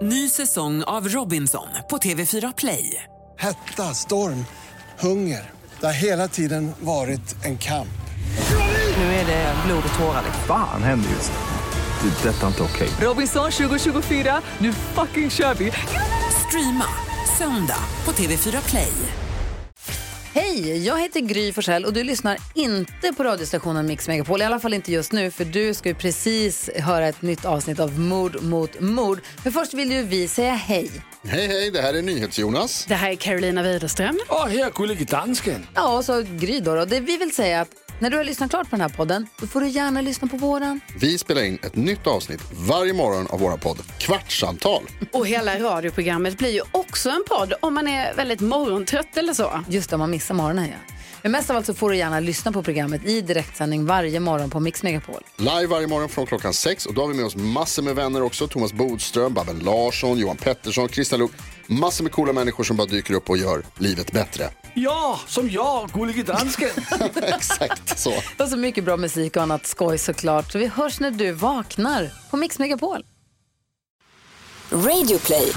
Ny säsong av Robinson på TV4 Play. Hetta, storm, hunger. Det har hela tiden varit en kamp. Nu är det blod och tårar. Fan händer just nu. Det. Detta är inte okej. Robinson 2024, nu fucking kör vi. Streama söndag på TV4 Play. Hej, jag heter Gry Forssell och du lyssnar inte på radiostationen Mix Megapol. I alla fall inte just nu, för du ska ju precis höra ett nytt avsnitt av Mord mot mord. Men först vill ju vi säga hej. Hej, det här är NyhetsJonas. Det här är Carolina Widerström. Och här är Gullige Dansken. Ja, och så Gry då. Det vi vill säga att när du har lyssnat klart på den här podden, då får du gärna lyssna på våran. Vi spelar in ett nytt avsnitt varje morgon av våra podd Kvartsamtal. Och hela radioprogrammet blir ju också en podd om man är väldigt morgontrött eller så. Just det, man missar morgonen, ja. Men mest av allt så får du gärna lyssna på programmet i direktsändning varje morgon på Mix Megapol. Live varje morgon från klockan 6. Och då har vi med oss massor med vänner också. Thomas Bodström, Babben Larsson, Johan Pettersson, Christian Luuk. Massor med coola människor som bara dyker upp och gör livet bättre. Ja, som jag, Gullige Dansken. Exakt så. Och så mycket bra musik och annat skoj såklart. Så vi hörs när du vaknar på Mix Megapol. Radio Play.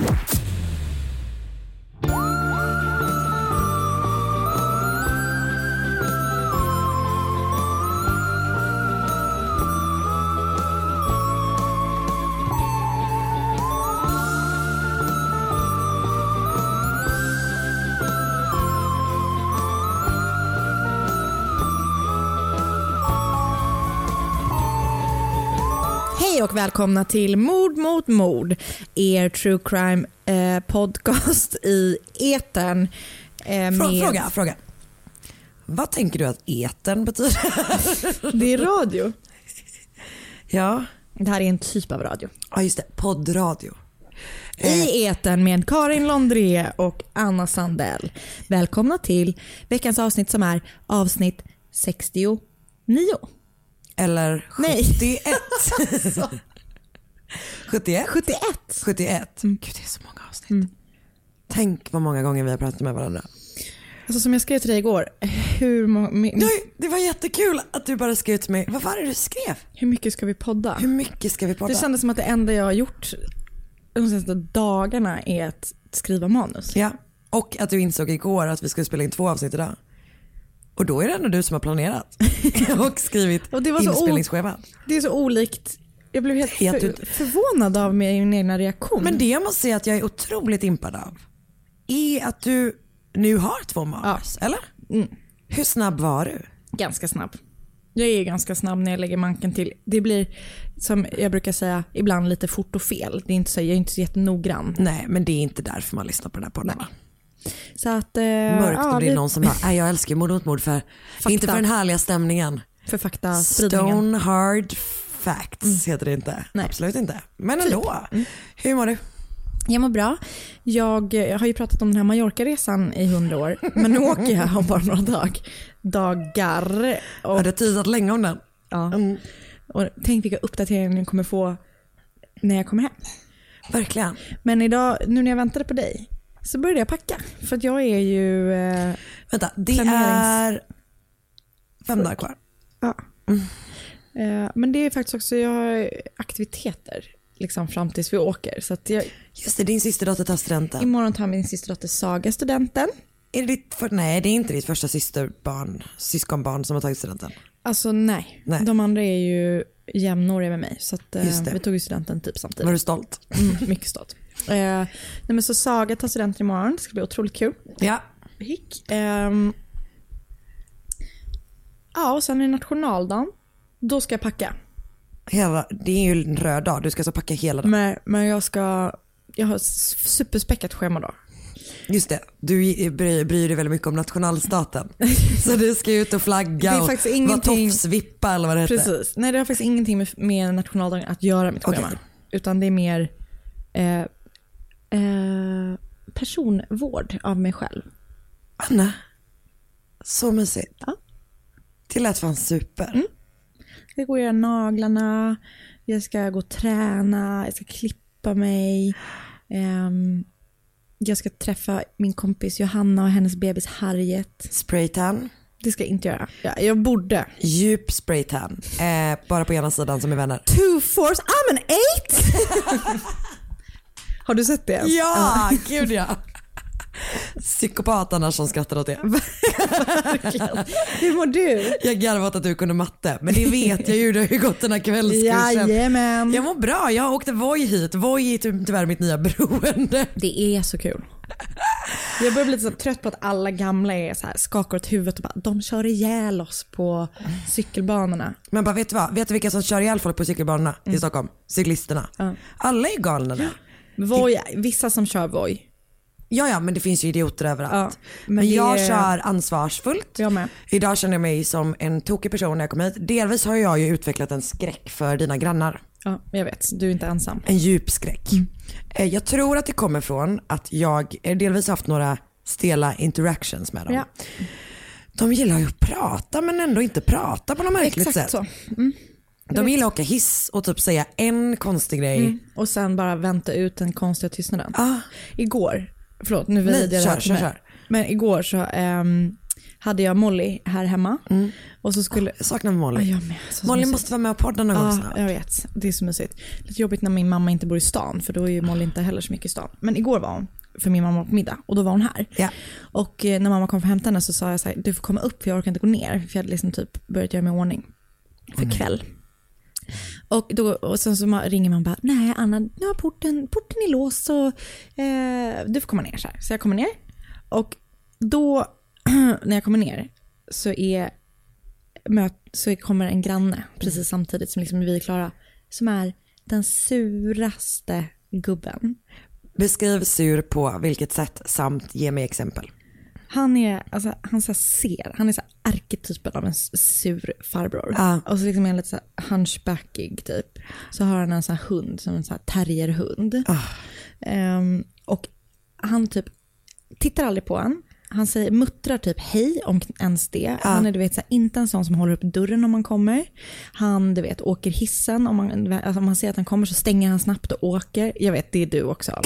Hej och välkomna till Mord mot mord, er true crime podcast i etern. Fråga. Vad tänker du att etern betyder? Det är radio. Ja. Det här är en typ av radio. Ja, just det. Poddradio. I etern med Karin Londré och Anna Sandell. Välkomna till veckans avsnitt som är avsnitt 69. Eller 71. 71. Gud, det är så många avsnitt. Tänk vad många gånger vi har pratat med varandra. Alltså, som jag skrev till dig igår, det var jättekul att du bara skrev till mig. Vad var det du skrev? Hur mycket ska vi podda? Det kändes som att det enda jag har gjort de senaste dagarna är att skriva manus. Ja, och att du insåg igår att vi skulle spela in 2 avsnitt idag. Och då är det ändå du som har planerat och skrivit och det var inspelningsschema. Det är så olikt. Jag blev helt förvånad av min egna reaktion. Men det jag måste säga att jag är otroligt impad av är att du nu har 2 manus, eller? Mm. Hur snabb var du? Ganska snabb. Jag är ganska snabb när jag lägger manken till. Det blir, som jag brukar säga, ibland lite fort och fel. Det är inte så, jag är inte så jättenoggrann. Nej, men det är inte därför man lyssnar på den här podden. Så att, mörkt om det är någon som bara, jag älskar Mord mot mord för fakta. Inte för den härliga stämningen. För faktaspridningen. Stone hard facts heter det inte. Nej. Absolut inte. Men ändå. Hur mår du? Jag mår bra. Jag har ju pratat om den här Mallorca-resan i 100 år. Men nu åker jag om bara några dagar. Och, har du teasat länge om den? Ja. Och tänk vilka uppdateringar jag kommer få när jag kommer hem. Verkligen. Men idag, nu när jag väntade på dig, så började jag packa. För att jag är ju... Vänta, det är 5 dagar kvar. Ja. Men det är faktiskt också, jag har aktiviteter liksom fram tills vi åker. Så att just det, din systerdotter tar studenten. Imorgon tar min systerdotter Saga studenten. Är det nej, det är inte ditt första syskonbarn som har tagit studenten. Alltså nej. De andra är ju jämnåriga med mig. Så att, vi tog ju studenten typ samtidigt. Var du stolt? Mycket stolt. Nej, men så Saga tar studenten imorgon. Det ska bli otroligt kul. Ja. Ja, och sen är nationaldagen. Då ska jag packa. Det är ju en röd dag. Du ska så packa hela dagen. Men jag har superspäckat schema då. Just det, du bryr dig väldigt mycket om nationalstaten. Så du ska ut och flagga det är faktiskt ingenting... tofsvippa eller vad det heter. Precis, nej det har faktiskt ingenting med nationaldagen att göra mitt schema. Okay. Utan det är mer personvård av mig själv. Anna, så mysigt. Ja. Det lät fan super. Jag ska gå och göra naglarna, jag ska gå och träna, jag ska klippa mig. Jag ska träffa min kompis Johanna och hennes bebis Harriet. Spraytan. Det ska jag inte göra. Ja, jag borde. Djup spraytan. Bara på ena sidan som är vänner. 2 force, I'm an 8. Har du sett det? Ja, gud ja. Psykopaterna som skrattar åt det. Hur mår du? Jag garvar åt att du kunde matte, men det vet jag ju, du har ju gått den här kvällskursen. Jajamän. Jag mår bra, jag åkte Voi hit. Voi är tyvärr mitt nya beroende. Det är så kul. Jag börjar bli lite så trött på att alla gamla är så här, skakar åt huvudet och bara, de kör ihjäl oss på cykelbanorna. Men bara, vet du vad? Vet du vilka som kör ihjäl folk på cykelbanorna i Stockholm? Cyklisterna. Alla är galna där. Voi, vissa som kör Voi. Ja, men det finns ju idioter överallt. Ja, men jag kör ansvarsfullt. Jag med. Idag känner jag mig som en tokig person när jag kom hit. Delvis har jag ju utvecklat en skräck för dina grannar. Ja, jag vet. Du är inte ensam. En djup skräck. Jag tror att det kommer från att jag delvis haft några stela interactions med dem. Ja. De gillar ju att prata men ändå inte prata på något märkligt Exakt sätt. Så. De gillar att åka hiss och typ säga en konstig grej. Och sen bara vänta ut den konstiga tystnaden. Igår. Förlåt, nu vidare jag kör. Men igår så hade jag Molly här hemma. Och så skulle... Jag saknar Molly. Jag med, Molly måste vara med och podda någon gång snart. Jag vet, det är så mysigt. Lite jobbigt när min mamma inte bor i stan, för då är ju Molly inte heller så mycket i stan. Men igår var hon, för min mamma var på middag, och då var hon här. Ja. Och när mamma kom för att hämta henne så sa jag så här, du får komma upp för jag orkar inte gå ner. För jag hade liksom typ börjat göra mig i ordning för kväll. Och sen så ringer man bara, nej Anna, nu har porten är låst så du får komma ner så här. Så jag kommer ner och då när jag kommer ner så kommer en granne precis samtidigt som liksom vi är klara, som är den suraste gubben. Beskriv sur på vilket sätt samt ge mig exempel. Han är han är så arketypen av en sur farbror. Och så liksom är han lite så hunchbackig typ. Så har han en sån här hund, som en sån här terrierhund. Och han typ tittar aldrig på en. Han muttrar typ hej om ens det. Han är du vet så här, inte en sån som håller upp dörren om man kommer. Han du vet åker hissen om man ser att han kommer så stänger han snabbt och åker. Jag vet, det är du också.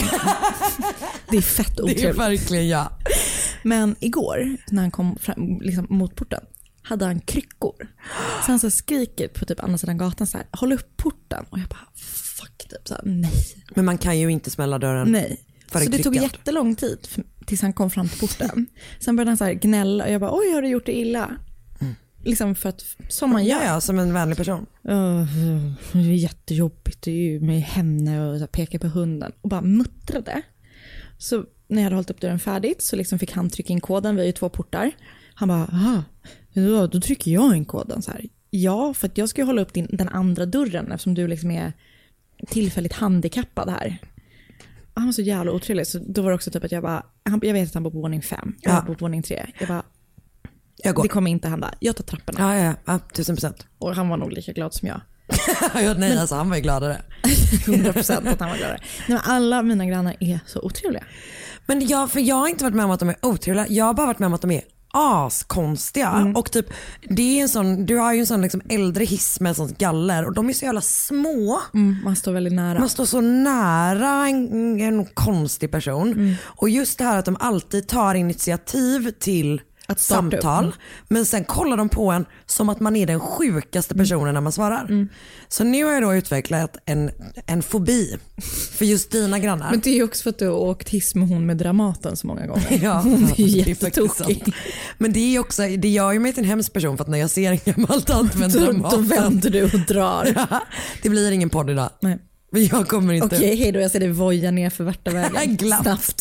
Det är fett otrevligt. Det är verkligen jag. Men igår när han kom fram, liksom, mot porten hade han kryckor. Så han så skriker på typ andra sidan gatan så här, håll upp porten. Och jag bara fuck typ så här, nej. Men man kan ju inte smälla dörren. Nej. Så det tog jättelång tid tills han kom fram till porten. Sen började han så här gnälla och jag bara oj, har du gjort det illa? Liksom för att som man gör. Ja, som en vänlig person. Det är jättejobbigt det är ju med henne och så pekar på hunden och bara muttrade. Så när jag hade hållit upp dörren färdigt så liksom fick han trycka in koden. Vi har ju 2 portar. Han bara, då trycker jag in koden så här. Ja, för att jag ska ju hålla upp den andra dörren eftersom du liksom är tillfälligt handikappad här. Han var så jävla otrevlig. Så då var det också typ att jag vet att han bor på våning 5. Jag bor på våning 3. Jag går. Det kommer inte hända. Jag tar trapporna. Ja, 1000%. Och han var nog lika glad som jag. Nej, alltså han var ju gladare. 100% att han var gladare. Nej, alla mina grannar är så otrevliga. Men jag har inte varit med om att de är otrevliga. Jag har bara varit med om att de är askonstiga. Och typ, det är en sån, du har ju en sån liksom äldre hiss med en sån galler. Och de är så jävla små. Man står väldigt nära. Man står så nära en konstig person. Och just det här att de alltid tar initiativ till att samtal. Men sen kollar de på en som att man är den sjukaste personen när man svarar. Så nu har jag då utvecklat en fobi för just dina grannar. Men det är ju också för att du har åkt hiss med hon med Dramaten så många gånger. Ja, hon är ju jättetokig. Men det är också, det gör ju mig till en hemsk person för att när jag ser en gammal tant med Dramaten då vänder du och drar. Det blir ingen podd idag. Nej. Men jag kommer inte. Okej, hej då. Jag ser dig voja ner för Värtavägen. Snabbt.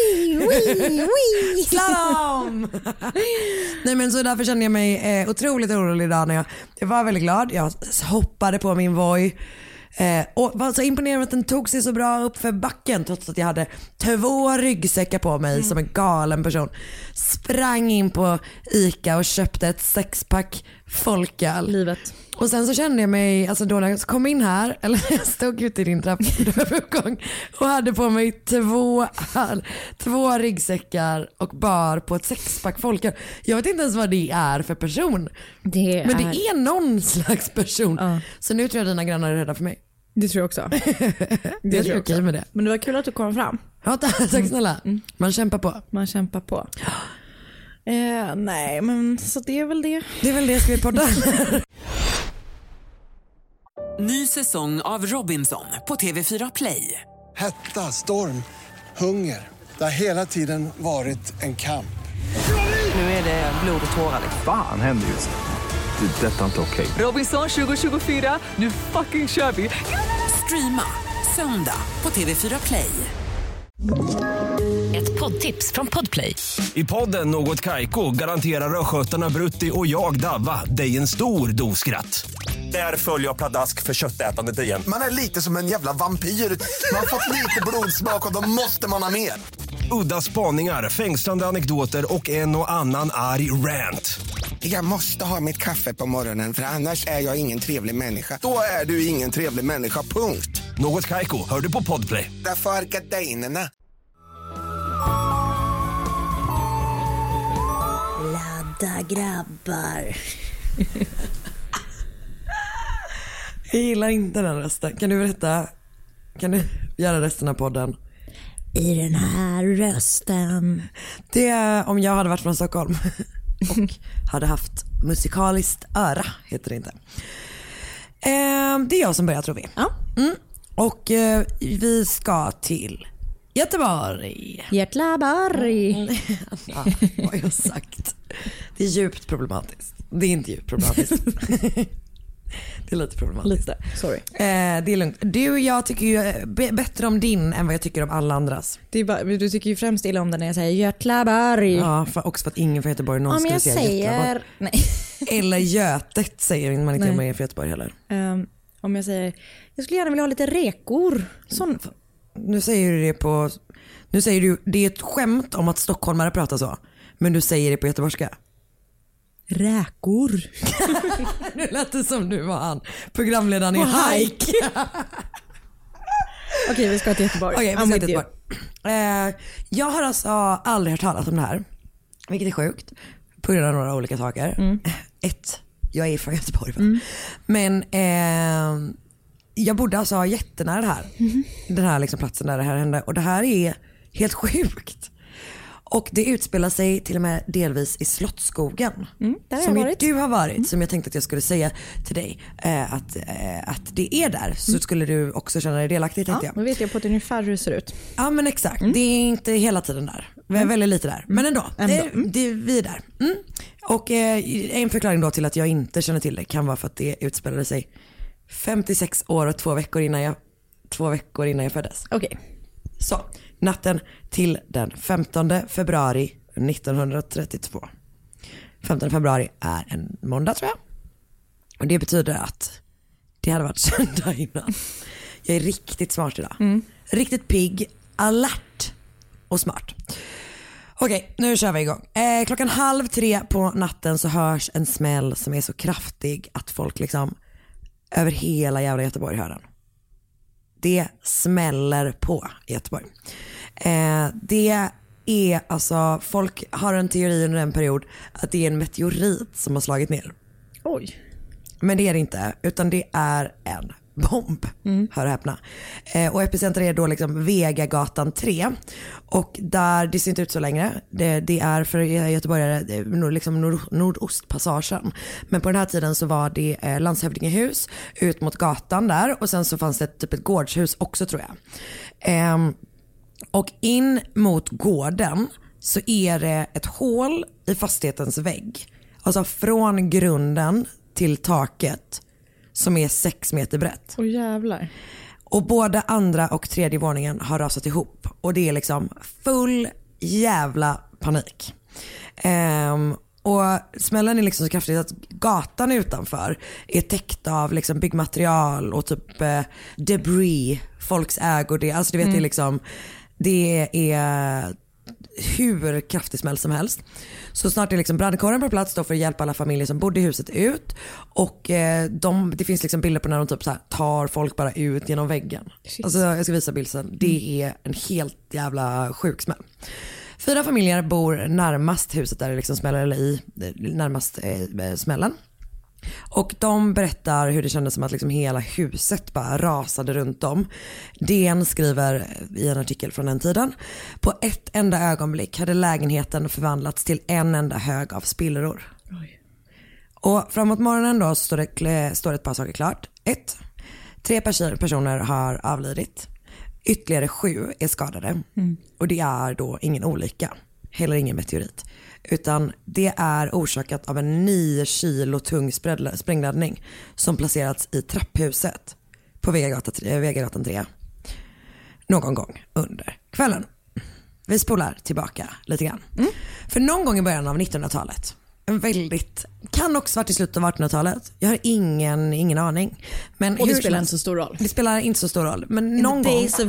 Slalom! Nej men så därför kände jag mig otroligt orolig idag när jag var väldigt glad. Jag hoppade på min Voi. Och var så imponerad att den tog sig så bra upp för backen trots att jag hade 2 ryggsäckar på mig som en galen person. Sprang in på Ica och köpte ett 6-pack folköl. Livet. Och sen så kände jag mig, alltså då när jag kom in här, eller jag stod ute i din trappuppgång och hade på mig 2 ryggsäckar och bar på ett 6-pack folköl. Jag vet inte ens vad det är för person. Men det är någon slags person. Så nu tror jag dina grannar är rädda för mig. Det tror jag också. Det är okej med det. Men det var kul att du kom fram. Ja, tack snälla. Man kämpar på. Man kämpar på. Nej, men så det är väl det. Det är väl det, ska vi podda. Ny säsong av Robinson på TV4 Play. Hetta, storm, hunger. Det har hela tiden varit en kamp. Nu är det blod och tårar. Fan händer just det. Det är detta inte okej. Robinson 2024, nu fucking kör vi! Streama söndag på TV4 Play. Ett poddtips från Podplay. I podden Något Kaiko garanterar röskötarna Brutti och jag Davva dig en stor doskratt. Där följer jag pladask för köttätandet igen. Man är lite som en jävla vampyr. Man har fått lite blodsmak och då måste man ha mer. Udda spaningar, fängslande anekdoter och en och annan arg rant. Jag måste ha mitt kaffe på morgonen för annars är jag ingen trevlig människa. Då är du ingen trevlig människa, punkt. Något Kaiko, hör du på Podplay. Därför är gardinerna. Ladda grabbar. Jag gillar inte den rösten. Kan du göra resten av podden? I den här rösten. Det är om jag hade varit från Stockholm och hade haft musikaliskt öra, heter det inte. Det är jag som börjar, tror vi. Ja. Och vi ska till Göteborg. Göteborg. Ja, vad har jag sagt? Det är djupt problematiskt. Det är inte djupt problematiskt. Det är lite problematiskt. Lite, sorry. Det är lugnt. Jag tycker ju bättre om din än vad jag tycker om alla andras. Det är bara, du tycker ju främst illa om den när jag säger Götlaborg. Ja, också för att ingen från Göteborg någon skulle säga Götlaborg. Nej. Eller Götet säger man inte om man är från Göteborg heller. Om jag säger, jag skulle gärna vilja ha lite rekor. Nu säger du det är ett skämt om att stockholmare pratar så. Men du säger det på göteborgska. Räkor. Nu lät det som du var han programledaren i Hike. Okej, vi ska till Göteborg. Okej, vi ska till Göteborg. Jag har alltså aldrig hört talas om det här, vilket är sjukt på grund av några olika saker. Jag är från Göteborg, men jag bodde alltså jättenära det här. Den här liksom platsen där det här hände, och det här är helt sjukt. Och det utspelar sig till och med delvis i Slottsskogen. Som du har varit. Som jag tänkte att jag skulle säga till dig att det är där. Så skulle du också känna dig delaktig, tänkte jag. Då vet jag på ett ungefär hur det ser ut. Ja, men exakt. Det är inte hela tiden där. Vi är väldigt lite där. Men ändå. Vi är där. Och en förklaring då till att jag inte känner till det kan vara för att det utspelade sig 56 år och 2 veckor innan jag föddes. Okej. Så, natten till den 15 februari 1932. 15 februari är en måndag, tror jag. Och det betyder att det hade varit söndag innan. Jag är riktigt smart idag. Riktigt pigg, alert och smart. Okej, nu kör vi igång. 2:30 på natten så hörs en smäll som är så kraftig att folk liksom över hela jävla Göteborg hör den. Det smäller på i Göteborg. Det är alltså, folk har en teori under en period att det är en meteorit som har slagit ner. Oj. Men det är det inte, utan det är en bomb. Hör och häpna. Och epicenter är då liksom Vegagatan 3. Och där, det ser inte ut så längre. Det är för göteborgare liksom Nordostpassagen. Men på den här tiden så var det landshövdingehus ut mot gatan där. Och sen så fanns det typ ett gårdshus också, tror jag. Och in mot gården så är det ett hål i fastighetens vägg. Alltså från grunden till taket som är 6 meter brett. Åh jävlar. Och både andra och tredje våningen har rasat ihop. Och det är liksom full jävla panik. Och smällen är liksom så kraftigt att gatan utanför är täckt av liksom byggmaterial och typ debris, folks ägor. Alltså du vet, det är liksom, det är hur kraftig smäll som helst. Så snart är liksom brandkåren på plats då för att hjälpa alla familjer som bodde i huset ut. Och det finns liksom bilder på när de typ så här tar folk bara ut genom väggen. Alltså jag ska visa bilden. Det är en helt jävla sjuk smäll. 4 familjer bor närmast huset där det liksom smäller, eller i närmast smällen. Och de berättar hur det kändes som att liksom hela huset bara rasade runt om. DN skriver i en artikel från den tiden: på ett enda ögonblick hade lägenheten förvandlats till en enda hög av spillror. Oj. Och framåt morgonen då så står det ett par saker klart. 1. 3 personer har avlidit. Ytterligare 7 är skadade. Och det är då ingen olycka, heller ingen meteorit. Utan det är orsakat av en 9 kilo tung sprängladdning som placerats i trapphuset på Vegagatan 3 någon gång under kvällen. Vi spolar tillbaka lite grann. För någon gång i början av 1900-talet, kan också varit i slutet av 1800-talet. Jag har ingen aning. Men och det spelar inte så stor roll. Det spelar inte så stor roll. Men någon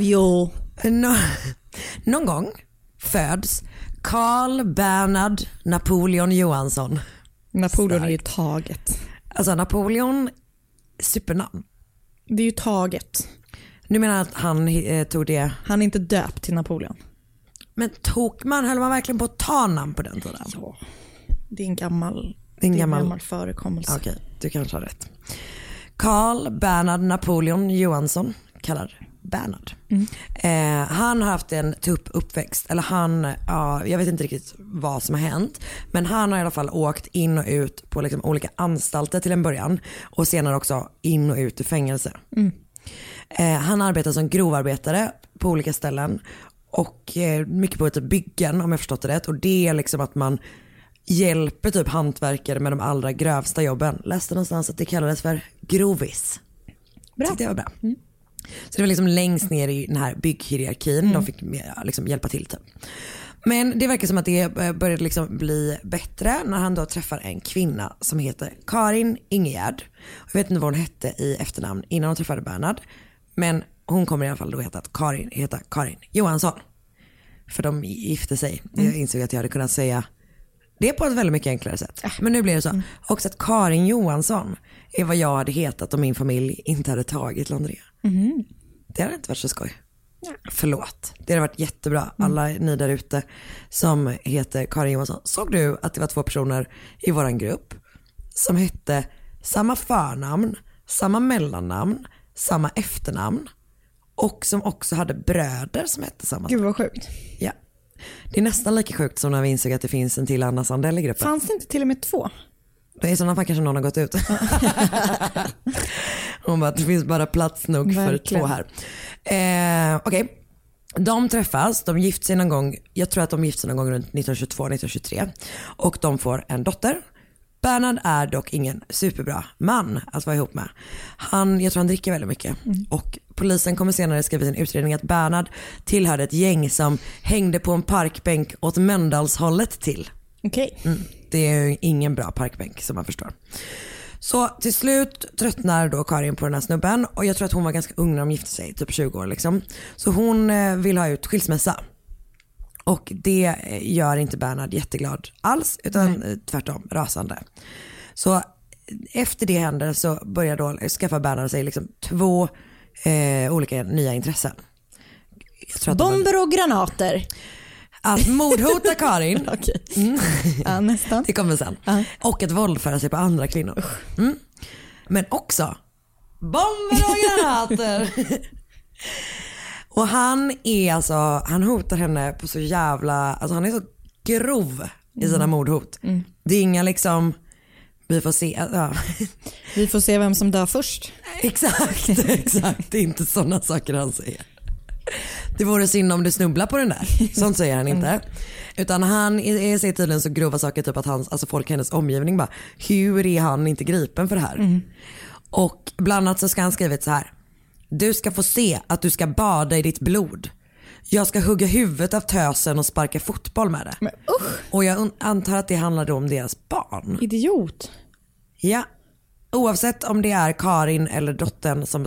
gång föds Carl Bernhard Napoleon Johansson. Napoleon är ju taget. Alltså Napoleon, supernamn. Det är ju taget. Nu menar att han tog det. Han är inte döpt till Napoleon. Men höll man verkligen på att ta namn på den tiden? Ja. Det är en gammal förekommelse. Okej, du kanske har rätt. Carl Bernhard Napoleon Johansson, kallad Bernhard. Han har haft en tuff uppväxt. Eller jag vet inte riktigt vad som har hänt. Men han har i alla fall åkt in och ut på liksom olika anstalter till en början. Och senare också in och ut i fängelse. Han arbetar som grovarbetare på olika ställen. Och mycket på ett byggen, om jag förstått det rätt. Och det är liksom att man hjälper typ hantverkare med de allra grövsta jobben. Läste någonstans att det kallades för grovis. Bra. Det var bra. Så det var liksom längst ner i den här bygghierarkin. De fick liksom hjälpa till typ. Men det verkar som att det började liksom bli bättre när han då träffar en kvinna som heter Karin Ingegärd. Jag vet inte vad hon hette i efternamn innan hon träffade Bernhard. Men hon kommer i alla fall då heta Karin Johansson. För de gifte sig. Jag insåg att jag hade kunnat säga det på ett väldigt mycket enklare sätt. Men nu blir det så. Också att Karin Johansson är vad jag hade hetat om min familj inte hade tagit Londrea. Det hade inte varit så skoj. Förlåt. Det hade varit jättebra. Alla ni där ute som heter Karin Johansson. Såg du att det var 2 personer i våran grupp som hette samma förnamn, samma mellannamn, samma efternamn och som också hade bröder som hette samma. Gud vad sjukt. Ja. Det är nästan lika sjukt som när vi insåg att det finns en till Anna Sandell i gruppen. Fanns det inte till och med 2? Det är i sådana fall kanske någon har gått ut. Hon bara, det finns bara plats nog för 2 här. Okej. De träffas, de gifter sig någon gång, jag tror att de gifter sig någon gång runt 1922-1923. Och de får en dotter. Bernhard är dock ingen superbra man att vara ihop med. Jag tror han dricker väldigt mycket. Och polisen kommer senare skriva en utredning att Bernhard tillhörde ett gäng som hängde på en parkbänk åt Mölndalshållet till. Okej. Det är ju ingen bra parkbänk som man förstår. Så till slut tröttnar då Karin på den här snubben. Och jag tror att hon var ganska ung när de gifte sig, typ 20 år liksom. Så hon vill ha ut skilsmässa. Och det gör inte Bernhard jätteglad alls, utan tvärtom rasande. Så efter det händer så börjar då skaffa Bernhard sig liksom 2 olika nya intressen. Bomber och granater. Att mordhota Karin. Okej. Ja, nästan. Det kommer sen. Och att våldföra sig på andra kvinnor. Men också bomber och granater. Och han hotar henne på så jävla, alltså han är så grov i sina mordhot. Det är inga liksom, vi får se. Vi får se vem som dör först. Exakt. Det är inte sådana saker han säger. Det vore synd om du snubblar på den där. Sånt säger han inte. Utan han säger tydligen så grova saker, typ att folk i hennes omgivning bara, hur är han inte gripen för det här? Och bland annat så ska han skrivit så här: du ska få se att du ska bada i ditt blod. Jag ska hugga huvudet av tösen och sparka fotboll med det. Men, och jag antar att det handlade om deras barn. Idiot. Ja. Oavsett om det är Karin eller dottern som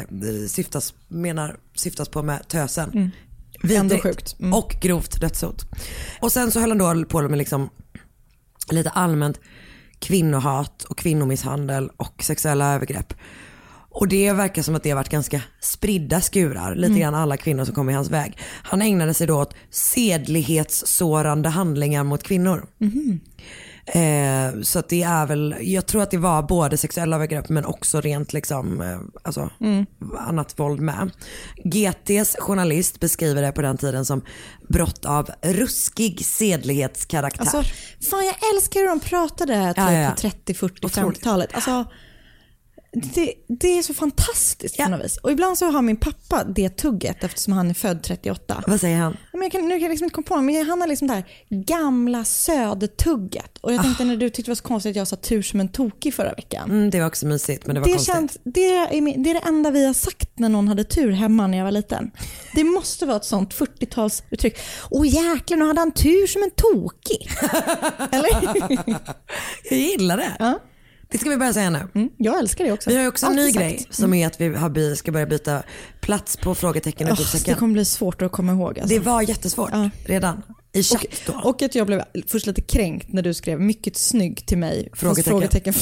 syftas på med tösen. Ändå sjukt. Och grovt dödshot. Och sen så höll han då på med liksom lite allmänt kvinnohat och kvinnomisshandel och sexuella övergrepp. Och det verkar som att det har varit ganska spridda skurar. Lite grann alla kvinnor som kom i hans väg. Han ägnade sig då åt sedlighetssårande handlingar mot kvinnor. Så att det är väl, jag tror att det var både sexuella övergrepp men också rent liksom, annat våld med. GT:s journalist beskriver det på den tiden som brott av ruskig sedlighetskaraktär. Alltså, fan jag älskar hur de pratade på 30, 40, 50-talet. Alltså, det är så fantastiskt på något vis. Och ibland så har min pappa det tugget eftersom han är född 38. Vad säger han? Men nu kan jag liksom inte komma på honom, men han har liksom det här gamla södertugget. Och jag tänkte när du tyckte det var så konstigt att jag sa tur som en tokig förra veckan. Det var också mysigt, men det var konstigt. Det är det enda vi har sagt när någon hade tur hemma när jag var liten. Det måste vara ett sånt 40-talsuttryck. Åh jäklar, nu hade han tur som en tokig. Eller? Jag gillar det. Ja. Det ska vi börja säga nu. Jag älskar det också. Vi har också en ny grej som är att vi ska börja byta plats på frågetecken och utropstecken. Det kommer bli svårt att komma ihåg. Alltså. Det var jättesvårt redan i chatt då. Och att jag blev först lite kränkt när du skrev mycket snygg till mig. Frågetecken.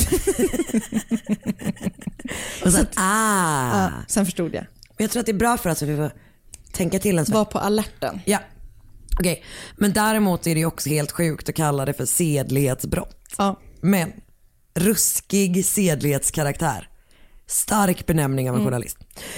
Och sen, sen förstod jag. Men jag tror att det är bra för oss att vi får tänka till en sak. Var på alerten. Ja. Okej. Men däremot är det också helt sjukt att kalla det för sedlighetsbrott. Ja. Men ruskig sedlighetskaraktär. Stark benämning av en journalist.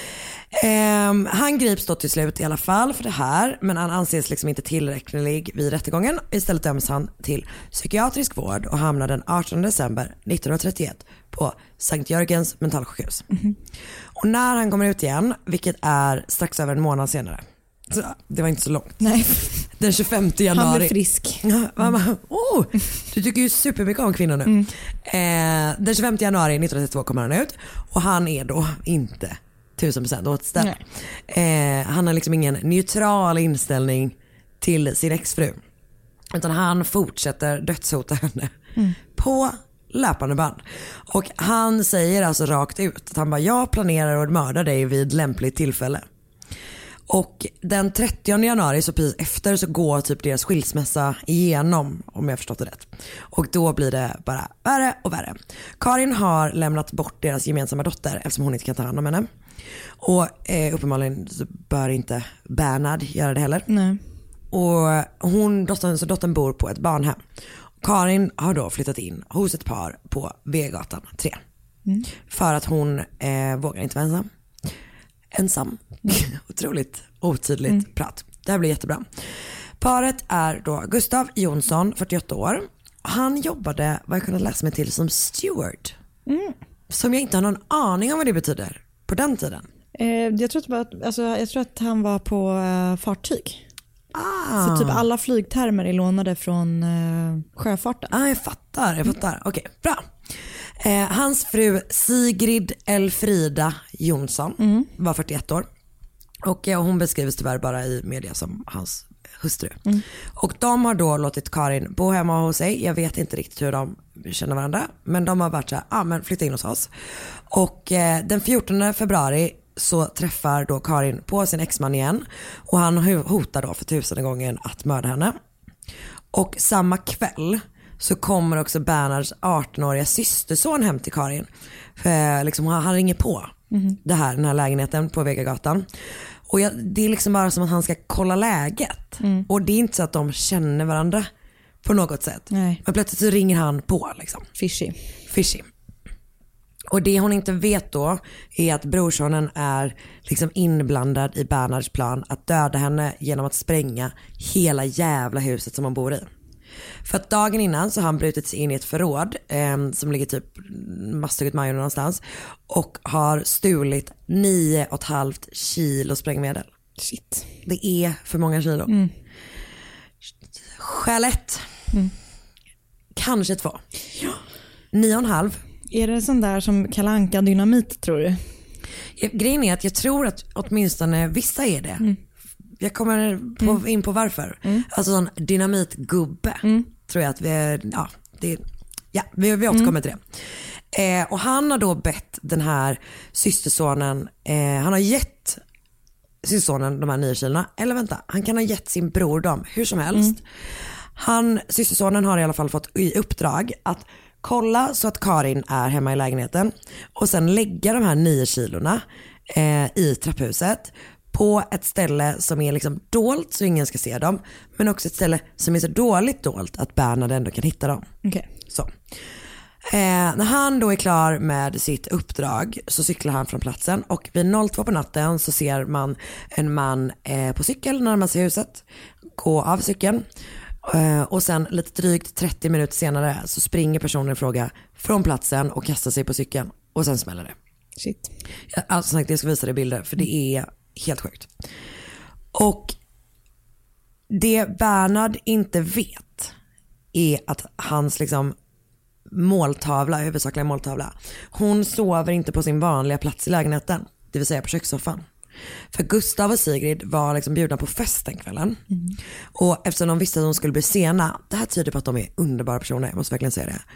Han grips då till slut i alla fall för det här, men han anses liksom inte tillräcklig vid rättegången. Istället döms han till psykiatrisk vård och hamnar den 18 december 1931 på Sankt Jörgens mentalsjukhus. Och när han kommer ut igen, vilket är strax över en månad senare, så det var inte så långt. Nej. Den 25 januari. Han blir frisk. Du tycker ju supermycket om kvinnor nu. Den 25 januari 1932 kommer han ut och han är då inte 1000% återställd. Han har liksom ingen neutral inställning till sin exfru, utan han fortsätter dödshota henne på löpande band. Och han säger alltså rakt ut att han bara, jag planerar att mörda dig vid lämpligt tillfälle. Och den 30 januari så precis efter så går typ deras skilsmässa igenom, om jag förstått det rätt. Och då blir det bara värre och värre. Karin har lämnat bort deras gemensamma dotter eftersom hon inte kan ta hand om henne. Och uppenbarligen så bör inte Bernhard göra det heller. Nej. Och dottern bor på ett barnhem. Karin har då flyttat in hos ett par på Vegatan 3. För att hon vågar inte vara ensam. Otroligt otydligt prat. Det här blir jättebra. Paret är då Gustav Jonsson, 48 år. Han jobbade, vad jag kunnat läsa mig till, som steward. Som jag inte har någon aning om vad det betyder på den tiden. Jag tror att han var på fartyg. Så typ alla flygtermer är lånade från sjöfarten. Jag fattar. Okej, bra. Hans fru Sigrid Elfrida Jonsson var 41 år. Och hon beskrivs tyvärr bara i media som hans hustru. Och de har då låtit Karin bo hemma hos sig. Jag vet inte riktigt hur de känner varandra, men de har varit så här, men flytta in hos oss. Och den 14 februari så träffar då Karin på sin exman igen. Och han hotar då för 1000:e gången att mörda henne. Och samma kväll så kommer också Bernhards 18-åriga systerson hem till Karin. För liksom, han ringer på den här lägenheten på Vegagatan. Och det är liksom bara som att han ska kolla läget. Och det är inte så att de känner varandra på något sätt. Nej. Men plötsligt så ringer han på liksom. Fishy. Och det hon inte vet då är att brorsonen är liksom inblandad i Bernhards plan att döda henne genom att spränga hela jävla huset som hon bor i. För att dagen innan så har han brutit sig in i ett förråd som ligger typ Masthugget Major någonstans och har stulit 9,5 kilo sprängmedel. Shit. Det är för många kilo. Skäl 1. Kanske 2. 9,5. Är det sån där som Kalle Anka dynamit, tror du? Grejen är att jag tror att åtminstone vissa är det. Jag kommer in på varför. Alltså sån dynamitgubbe tror jag att vi återkommer till det. Och han har då bett den här systersonen, han har gett systersonen de här 9 kilorna, eller vänta, han kan ha gett sin bror dem, hur som helst. Systersonen har i alla fall fått i uppdrag att kolla så att Karin är hemma i lägenheten och sen lägga de här 9 kilorna i trapphuset på ett ställe som är liksom dolt så ingen ska se dem, men också ett ställe som är så dåligt dolt att Bernhard ändå kan hitta dem. Så. När han då är klar med sitt uppdrag så cyklar han från platsen och vid 02 på natten så ser man en man på cykel närmast sig huset gå av cykeln. Och sen lite drygt 30 minuter senare så springer personen i fråga från platsen och kastar sig på cykeln och sen smäller det. Shit. Alltså sagt, jag ska visa dig bilder för det är helt sjukt. Och det Bernhard inte vet är att hans liksom huvudsakliga måltavla, hon sover inte på sin vanliga plats i lägenheten, det vill säga på kökssoffan. För Gustav och Sigrid var liksom bjudna på fest den kvällen. Och eftersom de visste att de skulle bli sena, det här tyder på att de är underbara personer, jag måste verkligen säga det,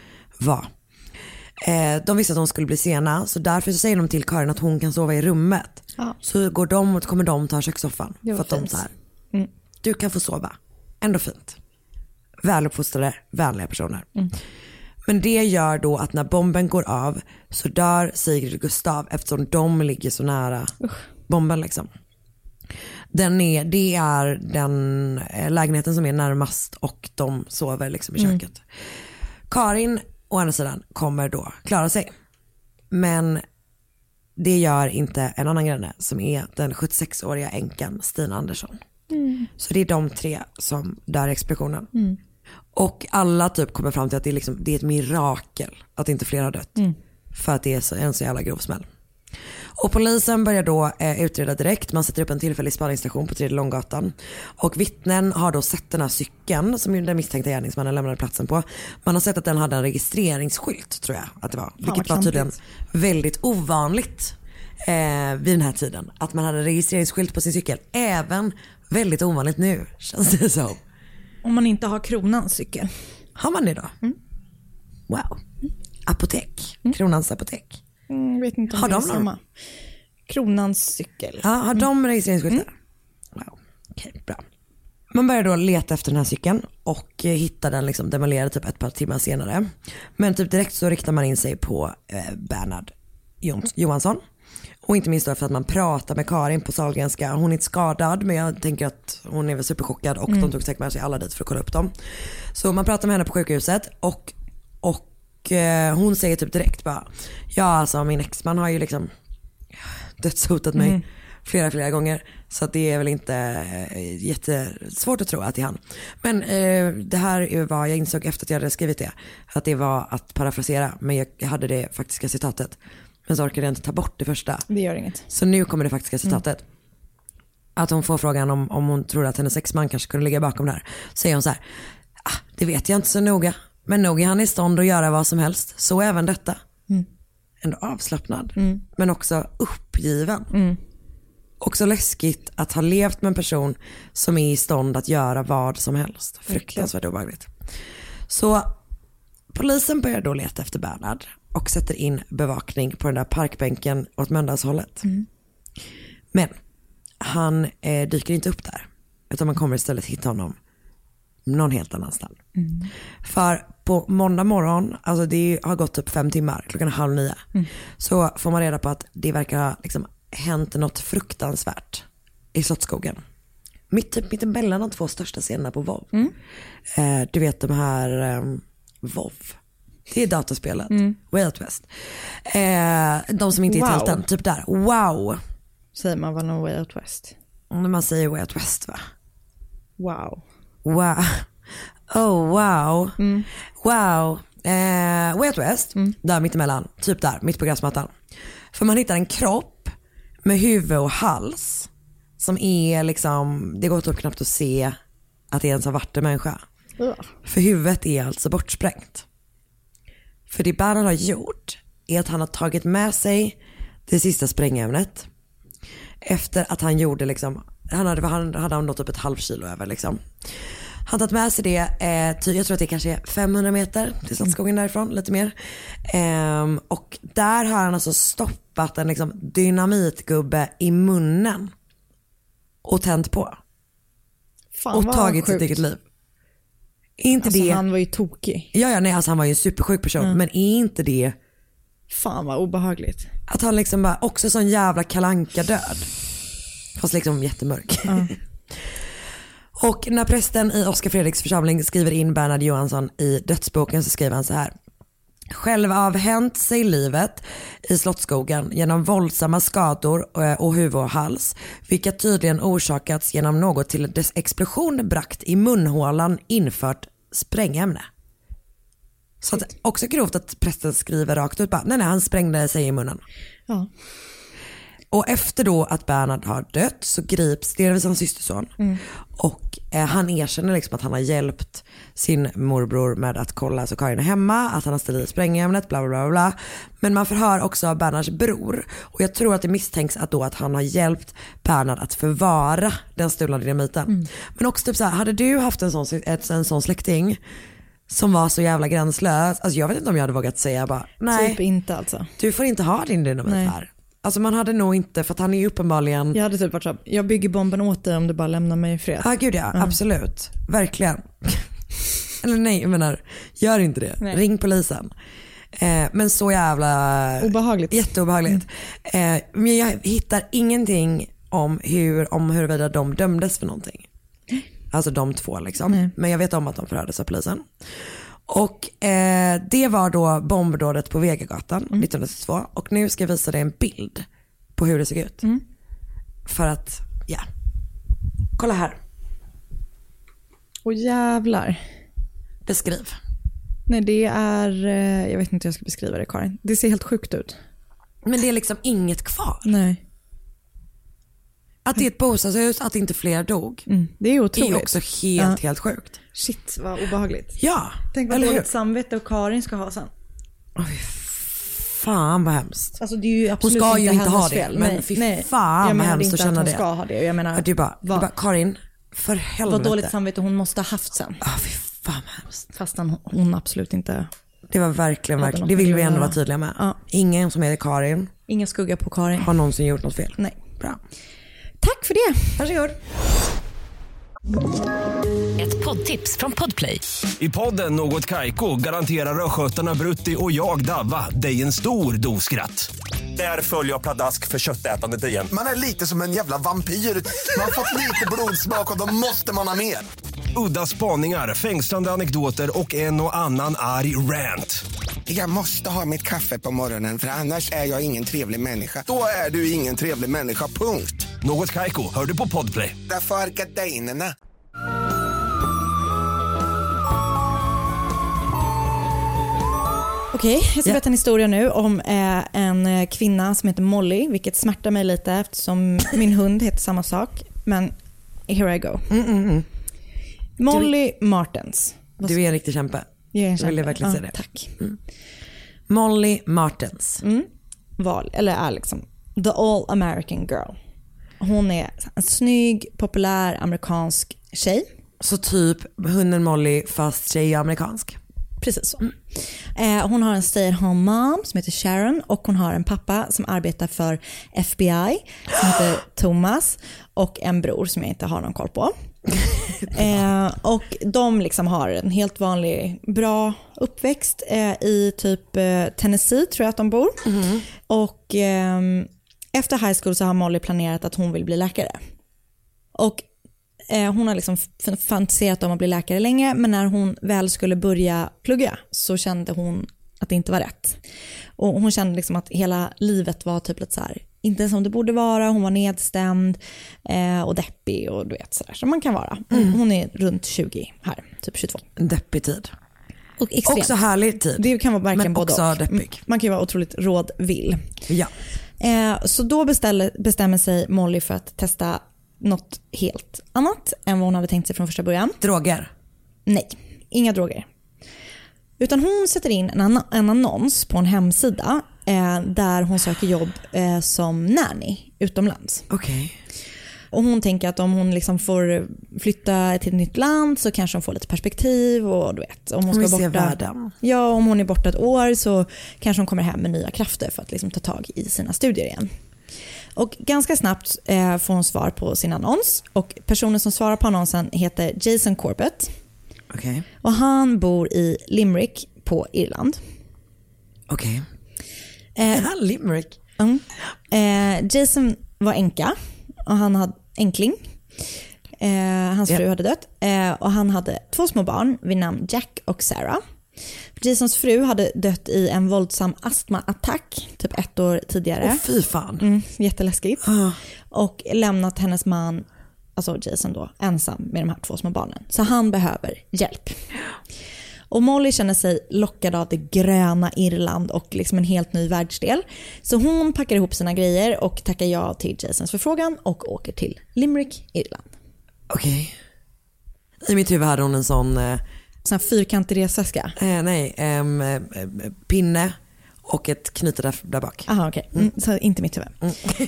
de visste att de skulle bli sena, så därför så säger de till Karin att hon kan sova i rummet. Så kommer de ta kökssoffan för att de så här, du kan få sova, ändå fint. Väluppfostrade, vänliga personer. Men det gör då att när bomben går av så dör Sigrid och Gustav eftersom de ligger så nära bomben liksom. Det är den lägenheten som är närmast och de sover liksom i köket. Karin å andra sidan kommer då klara sig. Men det gör inte en annan granne som är den 76-åriga änkan Stina Andersson. Så det är de 3 som dör i explosionen. Och alla typ kommer fram till att det är ett mirakel att inte fler har dött. För att det är en så jävla grov smäll. Och polisen börjar då utreda direkt. Man sätter upp en tillfällig spaningsstation på 3:e Långgatan. Och vittnen har då sett den här cykeln som den misstänkta gärningsmannen lämnade platsen på. Man har sett att den hade en registreringsskylt, tror jag att det var. Vilket var tydligen väldigt ovanligt vid den här tiden. Att man hade en registreringsskylt på sin cykel. Även väldigt ovanligt nu, känns det så. Om man inte har Kronans cykel. Har man det då? Wow. Apotek. Kronans apotek. Vet inte om har det är de samma. Kronans cykel. Ja, har de registreringsskyltar? Wow. Okej, bra. Man börjar då leta efter den här cykeln och hittar den liksom demolerad typ ett par timmar senare. Men typ direkt så riktar man in sig på Bernhard Johansson. Och inte minst då för att man pratar med Karin på Sahlgrenska. Hon är inte skadad, men jag tänker att hon är väl superchockad och de tog säkert med sig alla dit för att kolla upp dem. Så man pratar med henne på sjukhuset och hon säger typ direkt bara, ja alltså min exman har ju liksom dödshotat mig flera gånger, så att det är väl inte jättesvårt att tro att det är han. Men det här är vad jag insåg efter att jag hade skrivit det, att det var att parafrasera, men jag hade det faktiska citatet. Men så orkade jag inte ta bort det första. Det gör inget. Så nu kommer det faktiska citatet. Att hon får frågan om hon tror att hennes exman kanske kunde ligga bakom det här. Säger hon så här, det vet jag inte så noga. Men nog är han i stånd att göra vad som helst. Så även detta. Ändå avslappnad. Men också uppgiven. Också läskigt att ha levt med en person som är i stånd att göra vad som helst. Fruktansvärt obehagligt. Så polisen börjar då leta efter Bernhard och sätter in bevakning på den där parkbänken åt Mölndalshållet. Men han dyker inte upp där, utan man kommer istället hitta honom någon helt annanstans. För på måndag morgon, alltså det har gått typ 5 timmar, 8:30, så får man reda på att det verkar ha liksom hänt något fruktansvärt i Slottsskogen. Mitt emellan de 2 största scenerna på WoW. Du vet de här WoW. Det är dataspelet. Way Out West. De som inte är tälten, typ där. Wow. Säger man vad någon Way Out West? Man säger Way Out West, va? Wow. Oh wow. Wow. Way Out West, där mittemellan, typ där, mitt på gräsmattan. För man hittar en kropp med huvud och hals som är liksom, det går typ knappt att se att det ens har varit en människa. För huvudet är alltså bortsprängt. För det Bernhard har gjort är att han har tagit med sig det sista sprängämnet. Efter att han gjorde liksom, han hade nått upp ett halvkilo över liksom. Han har tagit med sig det, jag tror att det kanske är 500 meter till Slottsskogen därifrån, lite mer. Och där har han alltså stoppat en liksom dynamitgubbe i munnen och tänt på. Fan, och tagit sitt eget liv. Inte alltså, det. Han var ju tokig. Ja, nej, alltså han var ju en supersjuk person, men är inte det. Fan vad obehagligt. Att han liksom bara, också sån jävla kalanka död. Fast liksom jättemörk. Och när prästen i Oskar Fredriks församling skriver in Bernhard Johansson i dödsboken så skriver han så här: själv avhänt sig livet i Slottsskogen genom våldsamma skador och huvud och hals, vilka tydligen orsakats genom något till dess explosion brakt i munhålan infört sprängämne. Så att också grovt att prästen skriver rakt ut bara, nej han sprängde sig i munnen. Ja. Och efter då att Bernhard har dött så grips delvis hans systerson. Och han erkänner liksom att han har hjälpt sin morbror med att kolla så Karin är hemma, att han har ställt i sprängämnet, bla bla bla bla. Men man förhör också Bernhards bror. Och jag tror att det misstänks att han har hjälpt Bernhard att förvara den stulna dynamiten. Men också typ så här, hade du haft en sån släkting som var så jävla gränslös, alltså jag vet inte om jag hade vågat säga bara, nej. Typ inte alltså. Du får inte ha din dynamit här. Alltså man hade nog inte, för att han är ju uppenbarligen... Jag hade typ varit så, jag bygger bomben åt dig om du bara lämnar mig i fred. Ja gud ja, absolut. Verkligen. Eller nej, jag menar, gör inte det. Nej. Ring polisen. Men så jävla... Obehagligt. Jätteobehagligt. Men jag hittar ingenting om huruvida de dömdes för någonting. Alltså de två liksom. Nej. Men jag vet om att de förhördes av polisen. Och det var då bombdådet på Vegagatan 1982. Och nu ska jag visa dig en bild på hur det såg ut. För att, ja. Kolla här. Åh jävlar. Beskriv. Nej det är, jag vet inte hur jag ska beskriva det Karin. Det ser helt sjukt ut. Men det är liksom inget kvar. Nej. Att det är ett bostadshus, att inte fler dog. Det är otroligt. Det är också helt sjukt. Shit vad obehagligt. Ja. Tänk vad dåligt samvete och Karin ska ha sen. Fan vad hemskt. Alltså det är ju absolut hon ska ju inte ha det. Fel. Men fy fan vad hemskt att känna det. Ska ha det. Jag menar, du bara Karin, för helvete. Vad dåligt samvete hon måste ha haft sen. Fy fan vad hemskt. Fastän hon absolut inte. Det var verkligen. Det vill vi ändå vara tydliga med. Ja. Ingen som heter Karin. Ingen skugga på Karin. Har någonsin gjort något fel. Nej. Bra. Tack för det. Varsågod. Ett poddtips från Podplay. I podden Något Kaiko garanterar röskötarna Brutti och jag Davva dig en stor doskratt. Där följer jag pladask för köttätandet igen. Man är lite som en jävla vampyr. Man har fått lite blodsmak och då måste man ha mer. Udda spaningar, fängslande anekdoter och en och annan arg rant. Jag måste ha mitt kaffe på morgonen för annars är jag ingen trevlig människa. Då är du ingen trevlig människa, punkt. Något Kaiko, hör du på Podplay. Därför är gardinerna. Okej, jag ska berätta en historia nu om en kvinna som heter Molly, vilket smärtar mig lite eftersom min hund heter samma sak. Men here I go. Molly Martens. Du är en riktig kämpe. Jag är en kämpe. Vill jag verkligen säga det. Tack. Molly Martens. Är liksom the all American girl. Hon är en snygg, populär amerikansk tjej. Så typ hunden Molly fast tjej amerikansk. Precis så. Hon har en stay-at-home mom som heter Sharon och hon har en pappa som arbetar för FBI som heter Thomas och en bror som jag inte har någon koll på. Och de liksom har en helt vanlig bra uppväxt i typ Tennessee tror jag att de bor. Och efter high school så har Molly planerat att hon vill bli läkare. Och hon har liksom fantiserat om att bli läkare länge, men när hon väl skulle börja plugga så kände hon att det inte var rätt. Och hon kände liksom att hela livet var typ lite så här, inte som det borde vara. Hon var nedstämd och deppig och du vet sådär som man kan vara. Hon är runt 20 här, typ 22. Deppig tid. Och extremt. Också härlig tid. Det kan vara verkligen både också och. Deppig. Man kan ju vara otroligt rådvill. Ja. Så då bestämmer sig Molly för att testa något helt annat än vad hon hade tänkt sig från första början. Droger? Nej, inga droger. Utan hon sätter in en annons på en hemsida där hon söker jobb som nanny utomlands. Okej. Och hon tänker att om hon liksom får flytta till ett nytt land så kanske hon får lite perspektiv och du vet, om hon ska borta världen. Ja, om hon är borta ett år så kanske hon kommer hem med nya krafter för att liksom ta tag i sina studier igen. Och ganska snabbt får hon svar på sin annons och personen som svarar på annonsen heter Jason Corbett. Okay. Och han bor i Limerick på Irland. Okej. Limerick? Jason var änka och han hade enkling. Hans fru hade dött och han hade 2 små barn vid namn Jack och Sarah. Jasons fru hade dött i en våldsam astmaattack typ 1 år tidigare. Fy fan. Jätteläskigt. Och lämnat hennes man, alltså Jason då, ensam med de här 2 små barnen. Så han behöver hjälp. Och Molly känner sig lockad av det gröna Irland och liksom en helt ny världsdel. Så hon packar ihop sina grejer och tackar ja till Jasons förfrågan och åker till Limerick, Irland. Okej. I mitt huvud hade hon en sån här fyrkantig resväska. Pinne och ett knyte där bak. Aha, okej. Så inte mitt huvud.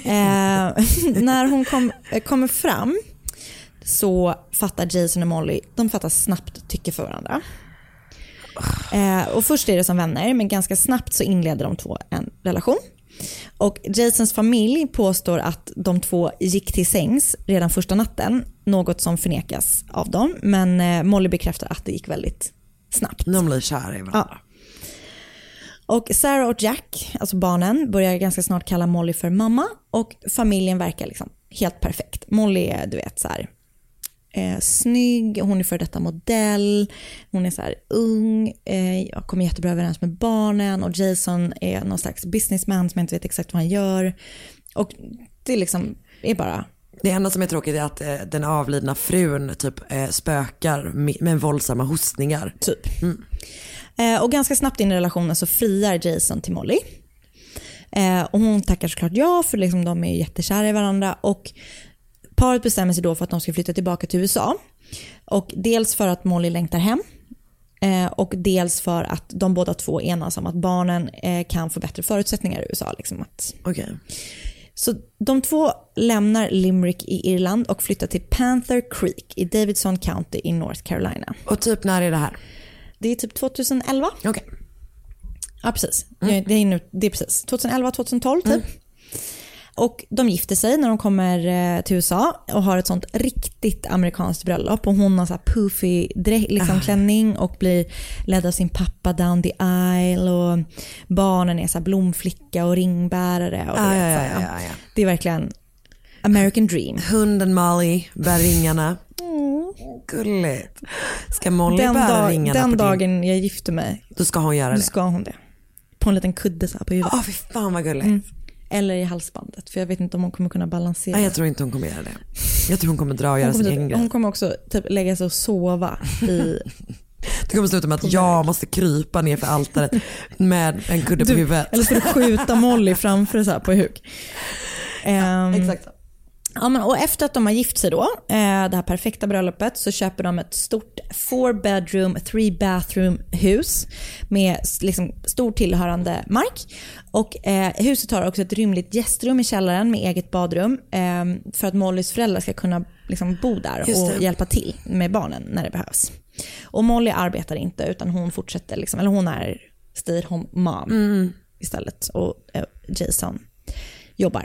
När hon kommer fram så fattar Jason och Molly, de fattar snabbt tycke för varandra. Och först är det som vänner, men ganska snabbt så inleder de två en relation. Och Jasons familj påstår att de två gick till sängs redan första natten, något som förnekas av dem, men Molly bekräftar att det gick väldigt snabbt. De blir kära i varandra. Ja. Och Sarah och Jack, alltså barnen, börjar ganska snart kalla Molly för mamma, och familjen verkar liksom helt perfekt. Molly är, du vet, så här snygg, hon är för detta modell, hon är så här ung, jag kommer jättebra överens med barnen, och Jason är någon slags businessman som jag inte vet exakt vad han gör, och det liksom är bara... Det enda som är tråkigt är att den avlidna frun typ spökar med våldsamma hostningar. Typ. Och ganska snabbt in i relationen så friar Jason till Molly. Och hon tackar såklart ja, för liksom de är jättekära i varandra, och paret bestämmer sig då för att de ska flytta tillbaka till USA. Och dels för att Molly längtar hem, och dels för att de båda två enas om att barnen kan få bättre förutsättningar i USA. Liksom att... Okay. Så de två lämnar Limerick i Irland och flyttar till Panther Creek i Davidson County i North Carolina. Och typ när är det här? Det är typ 2011. Okej. Ja, precis. Det är precis 2011-2012 typ. Och de gifter sig när de kommer till USA och har ett sånt riktigt amerikanskt bröllop. Och hon har så här poofy klänning och blir ledd av sin pappa down the aisle. Och barnen är så här blomflicka och ringbärare. Och det är verkligen American dream. Hunden Molly bär ringarna. Gulligt. Ska Molly bära ringarna den på dagen jag gifter mig, då ska hon göra det. Då ska hon det. På en liten kudde så här på huvudet. Fy fan vad gulligt. Eller i halsbandet, för jag vet inte om hon kommer kunna balansera. Nej, jag tror inte hon kommer göra det. Jag tror hon kommer dra och göra sin egen grej. Hon kommer också typ lägga sig och sova i... Det kommer sluta med att jag måste krypa ner för altaret med en kudde på huvudet. Eller så du skjuta Molly framför så här på huk. Exakt. Ja, men, och efter att de har gift sig då, det här perfekta bröllopet, så köper de ett stort 4-bedroom, 3-bathroom hus med liksom stor tillhörande mark. Och huset har också ett rymligt gästrum i källaren med eget badrum, för att Mollys föräldrar ska kunna liksom bo där och hjälpa till med barnen när det behövs. Och Molly arbetar inte, utan hon fortsätter liksom, eller hon är stay home mom istället, och Jason jobbar.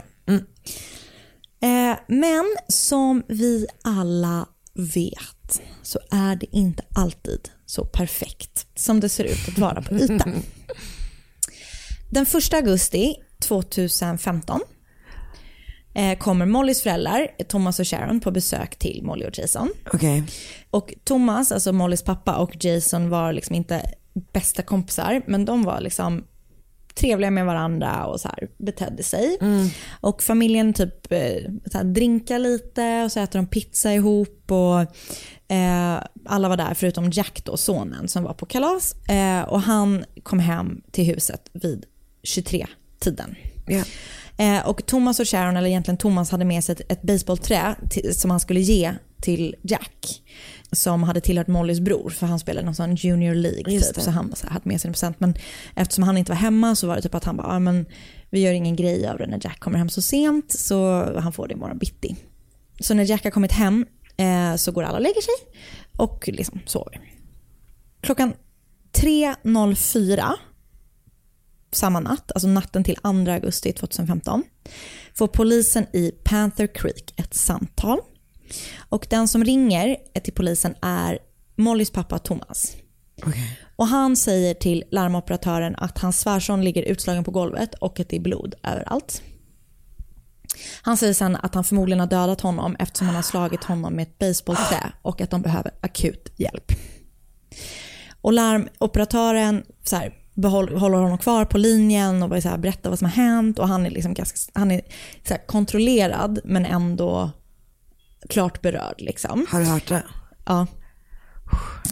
Men som vi alla vet så är det inte alltid så perfekt som det ser ut att vara på ytan. Den 1 augusti 2015 kommer Mollys föräldrar, Thomas och Sharon, på besök till Molly och Jason. Okay. Och Thomas, alltså Mollys pappa, och Jason var liksom inte bästa kompisar, men de var liksom trevliga med varandra och så här betedde sig. Och familjen typ så här drinkar lite, och så äter de pizza ihop, och alla var där förutom Jack då, sonen, som var på kalas, och han kom hem till huset vid 23-tiden. Och Thomas och Sharon, eller egentligen Thomas, hade med sig ett baseballträ som han skulle ge till Jack, som hade tillhört Mollys bror, för han spelade någon sån junior league typ, så han hade med sig en present. Men eftersom han inte var hemma så var det typ att han bara, men vi gör ingen grej av det när Jack kommer hem så sent, så han får det imorgon bitti. Så när Jack har kommit hem så går alla och lägger sig och liksom sover. Klockan 3:04 samma natt, alltså natten till 2 augusti 2015, får polisen i Panther Creek ett samtal. Och den som ringer till polisen är Mollys pappa Thomas. Okay. Och han säger till larmoperatören att hans svärson ligger utslagen på golvet och att det är blod överallt. Han säger sen att han förmodligen har dödat honom eftersom han har slagit honom med ett baseballträ, och att de behöver akut hjälp. Och larmoperatören så här, håller honom kvar på linjen och så här, berättar vad som har hänt, och han är liksom han är så här, kontrollerad men ändå klart berörd liksom. Har du hört det? Ja.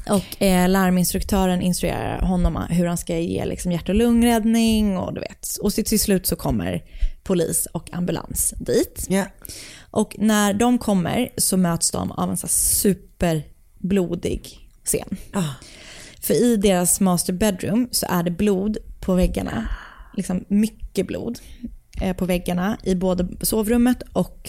Och larminstruktören instruerar honom hur han ska ge liksom hjärt- och lungräddning och du vet. Och till slut så kommer polis och ambulans dit. Yeah. Och när de kommer så möts de av en så superblodig scen. För i deras master bedroom så är det blod på väggarna. Liksom mycket blod på väggarna i både sovrummet och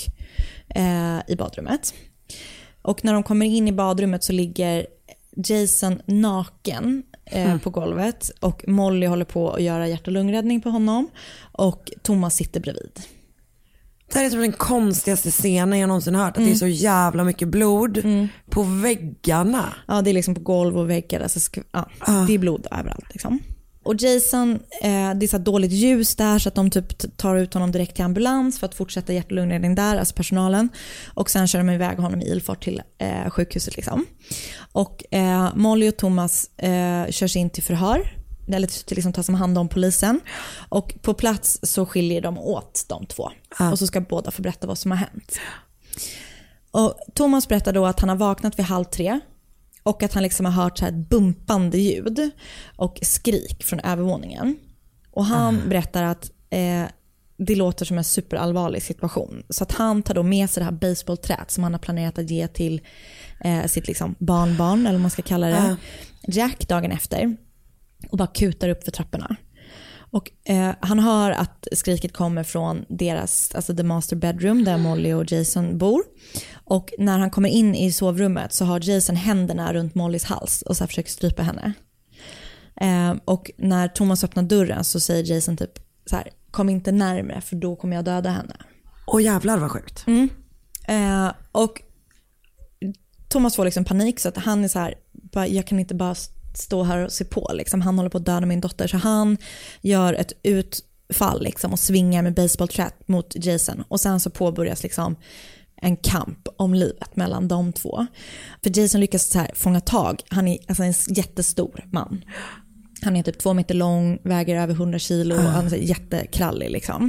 i badrummet. Och när de kommer in i badrummet så ligger Jason naken på golvet och Molly håller på att göra hjärt- och lungräddning på honom och Thomas sitter bredvid. Det här är den konstigaste scenen jag någonsin hört. Att det är så jävla mycket blod på väggarna. Ja, det är liksom på golv och väggar. Alltså, det är blod överallt liksom. Och Jason, det är så dåligt ljus där så att de typ tar ut honom direkt till ambulans för att fortsätta hjärt- och lungräddning där, alltså personalen. Och sen kör de iväg honom i ilfart till sjukhuset liksom. Och Molly och Thomas körs in till förhör. Eller till liksom tas om hand om polisen. Och på plats så skiljer de åt de två. Och så ska båda få berätta vad som har hänt. Och Thomas berättar då att han har vaknat vid 2:30. Och att han liksom har hört så här ett bumpande ljud och skrik från övervåningen. Och han berättar att det låter som en superallvarlig situation. Så att han tar då med sig det här baseballträet som han har planerat att ge till sitt liksom barnbarn, eller vad man ska kalla det, Jack, dagen efter. Och bara kutar upp för trapporna. Och han hör att skriket kommer från deras, alltså the master bedroom där Molly och Jason bor. Och när han kommer in i sovrummet så har Jason händerna runt Mollys hals och så här försöker strypa henne. Och när Thomas öppnar dörren så säger Jason typ så här: kom inte närmare för då kommer jag döda henne. Åh jävlar vad sjukt. Och Thomas får liksom panik så att han är så här, jag kan inte bara stå här och se på liksom. Han håller på att döda min dotter så han gör ett utfall liksom och svingar med baseballträt mot Jason och sen så påbörjas liksom en kamp om livet mellan de två. För Jason lyckas så här fånga tag. Han är alltså en jättestor man. Han är typ 2 meter lång, väger över 100 kilo och han är jättekrallig liksom.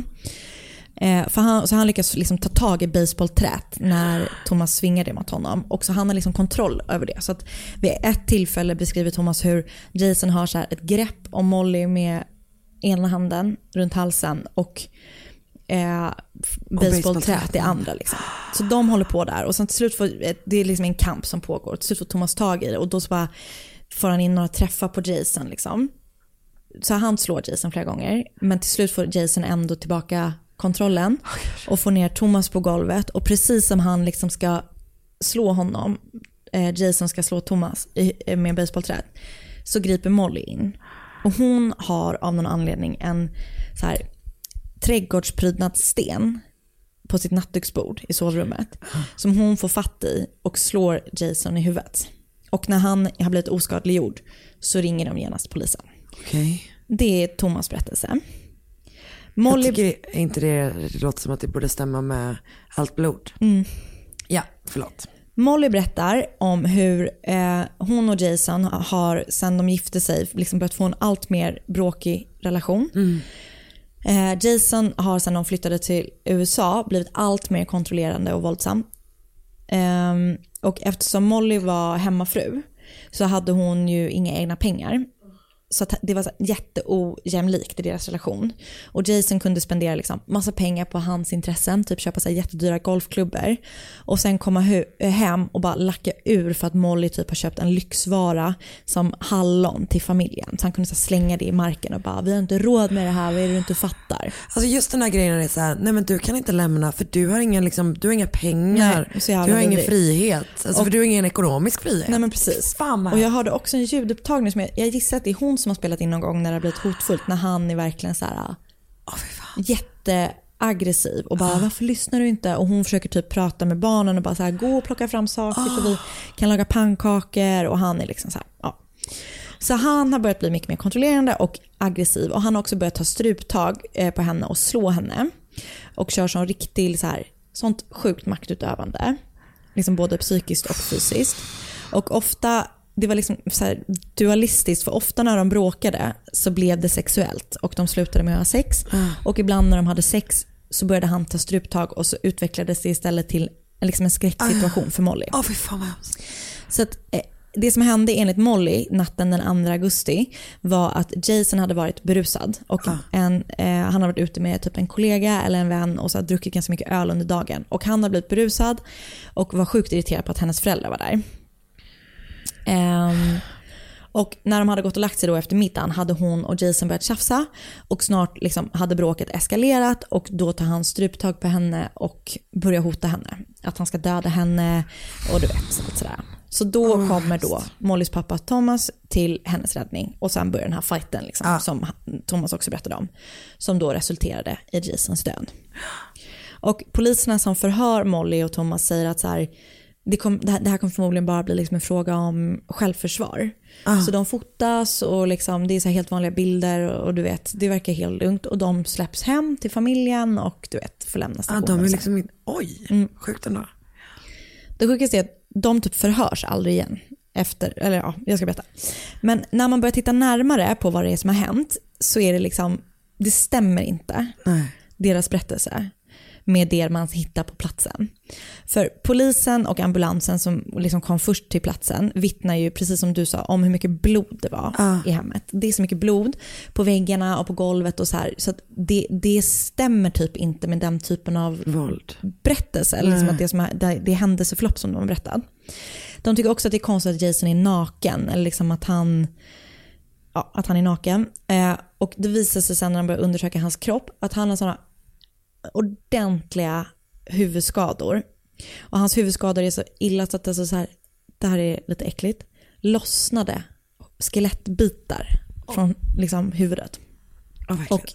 Så han lyckas liksom ta tag i baseballträt när Thomas svingar det mot honom. Och så han har liksom kontroll över det. Så att vid ett tillfälle beskriver Thomas hur Jason har så här ett grepp om Molly med ena handen runt halsen och baseballträt i andra liksom. Så de håller på där och sen till slut får det är liksom en kamp som pågår. Till slut får Thomas tag i det och då så bara får han in några träffar på Jason liksom. Så han slår Jason flera gånger, men till slut får Jason ändå tillbaka kontrollen och får ner Thomas på golvet och precis som han liksom ska slå honom, Jason ska slå Thomas med baseballträt, så griper Molly in och hon har av någon anledning en så här trädgårdsprydnad sten på sitt nattduksbord i sovrummet som hon får fatt i och slår Jason i huvudet. Och när han har blivit oskadliggjord så ringer de genast polisen. Okay. Det är Thomas berättelse. Molly... Jag tycker inte det låter som att det borde stämma med allt blod. Ja, förlåt. Molly berättar om hur hon och Jason har sedan de gifte sig liksom börjat få en allt mer bråkig relation. Jason har sedan de flyttade till USA blivit allt mer kontrollerande och våldsam. Och eftersom Molly var hemmafru så hade hon ju inga egna pengar. Så att det var så jätteojämlikt i deras relation. Och Jason kunde spendera liksom massa pengar på hans intressen. Typ köpa sig jättedyra golfklubbor. Och sen komma hem och bara lacka ur för att Molly typ har köpt en lyxvara som hallon till familjen. Så han kunde så slänga det i marken och bara, vi har inte råd med det här, vad är det du inte fattar? Alltså just den här grejen är så här, nej men du kan inte lämna för du har ingen, liksom, du har inga pengar. Nej, du har ingen frihet. Alltså för du har ingen ekonomisk frihet. Nej men precis. Fan, och jag hörde också en ljudupptagning som jag gissar att det är hon som har spelat in någon gång när det har blivit hotfullt, när han är verkligen så här jätteaggressiv och bara varför lyssnar du inte, och hon försöker typ prata med barnen och bara så här, gå och plocka fram saker så vi kan laga pannkakor, och han är liksom så här, så han har börjat bli mycket mer kontrollerande och aggressiv, och han har också börjat ta struptag på henne och slå henne och kör sån riktig så här, sånt sjukt maktutövande liksom både psykiskt och fysiskt. Och ofta det var liksom så här dualistiskt, för ofta när de bråkade så blev det sexuellt och de slutade med att ha sex. Och ibland när de hade sex så började han ta struptag och så utvecklades det istället till liksom en skräcksituation för Molly. Fy fan vad. Så att det som hände enligt Molly natten den 2 augusti var att Jason hade varit berusad och han hade varit ute med typ en kollega eller en vän och så hade druckit ganska mycket öl under dagen. Och han hade blivit berusad och var sjukt irriterad på att hennes föräldrar var där. Och när de hade gått och lagt sig då efter middagen hade hon och Jason börjat tjafsa och snart liksom hade bråket eskalerat och då tar han stryptag på henne och börjar hota henne. Att han ska döda henne och du vet sådär. Så då kommer då Mollys pappa Thomas till hennes räddning och sen börjar den här fighten liksom, som Thomas också berättade om, som då resulterade i Jasons död. Och poliserna som förhör Molly och Thomas säger att så här, det här kommer förmodligen bara bli liksom en fråga om självförsvar. Så de fotas och liksom, det är så här helt vanliga bilder och du vet, det verkar helt lugnt och de släpps hem till familjen och du vet, får lämna stationen. De är liksom sjukt ändå. Det sjukaste är att de typ förhörs aldrig igen jag ska berätta. Men när man börjar titta närmare på vad det är som har hänt så är det liksom, det stämmer inte. Deras berättelse med det man hittar på platsen. För polisen och ambulansen som liksom kom först till platsen vittnar ju precis som du sa om hur mycket blod det var i hemmet. Det är så mycket blod på väggarna och på golvet och så här, så att det stämmer typ inte med den typen av berättelse eller liksom att det är händelseförlopp som de har berättat. De tycker också att det är konstigt att Jason är naken eller liksom att han är naken. Och det visar sig sen när de börjar undersöka hans kropp att han har sådana ordentliga huvudskador. Och hans huvudskador är så illa så att det här är lite äckligt. Lossnade skelettbitar från liksom huvudet. Och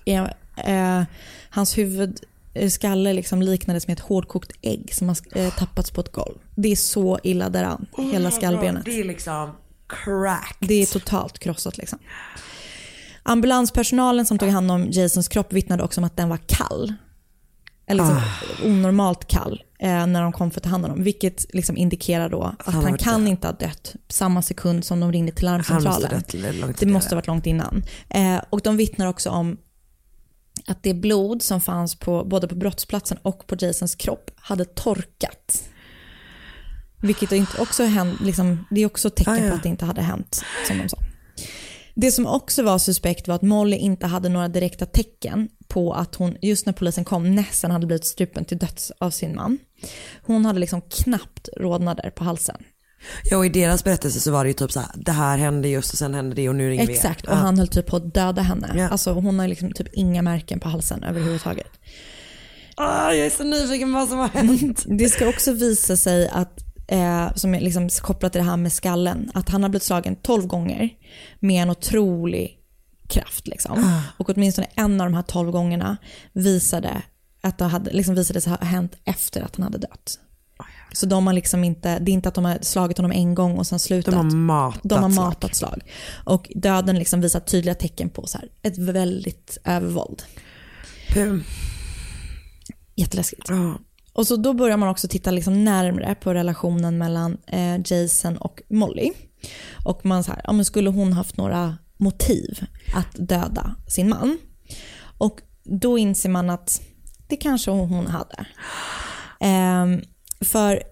hans huvudskalle liksom liknades med ett hårdkokt ägg som har tappats på ett golv. Det är så illa däran, hela skallbenet. Det är liksom cracked. Det är totalt krossat liksom. Ambulanspersonalen som tog hand om Jasons kropp vittnade också om att den var kall. Eller liksom onormalt kall när de kom för att ta hand om dem. Vilket liksom indikerar då att han kan inte ha dött samma sekund som de ringde till larmcentralen. Det måste ha varit långt innan. Och de vittnar också om att det blod som fanns både på brottsplatsen och på Jasons kropp hade torkat. Vilket inte också liksom, det är också ett tecken på att det inte hade hänt som de sa. Det som också var suspekt var att Molly inte hade några direkta tecken på att hon, just när polisen kom, nästan hade blivit strupen till döds av sin man. Hon hade liksom knappt rodnader på halsen. Ja, och i deras berättelse så var det ju typ så här, det här hände just och sen hände det och nu ringer vi. Exakt, och han höll typ på att döda henne. Ja. Alltså hon har liksom typ inga märken på halsen överhuvudtaget. Jag är så nyfiken på vad som har hänt. Det ska också visa sig att som är liksom kopplat till det här med skallen, att han har blivit slagen 12 gånger med en otrolig kraft liksom. Och åtminstone en av de här 12 gångerna visade sig ha hänt efter att han hade dött. Så de har liksom inte, det är inte att de har slagit honom en gång och sen slutat. De har matat slag. Och döden liksom visar tydliga tecken på så här, ett väldigt övervåld. Jätteläskigt. Och så då börjar man också titta liksom närmare på relationen mellan Jason och Molly. Och man så här, men skulle hon haft några motiv att döda sin man? Och då inser man att det kanske hon hade. För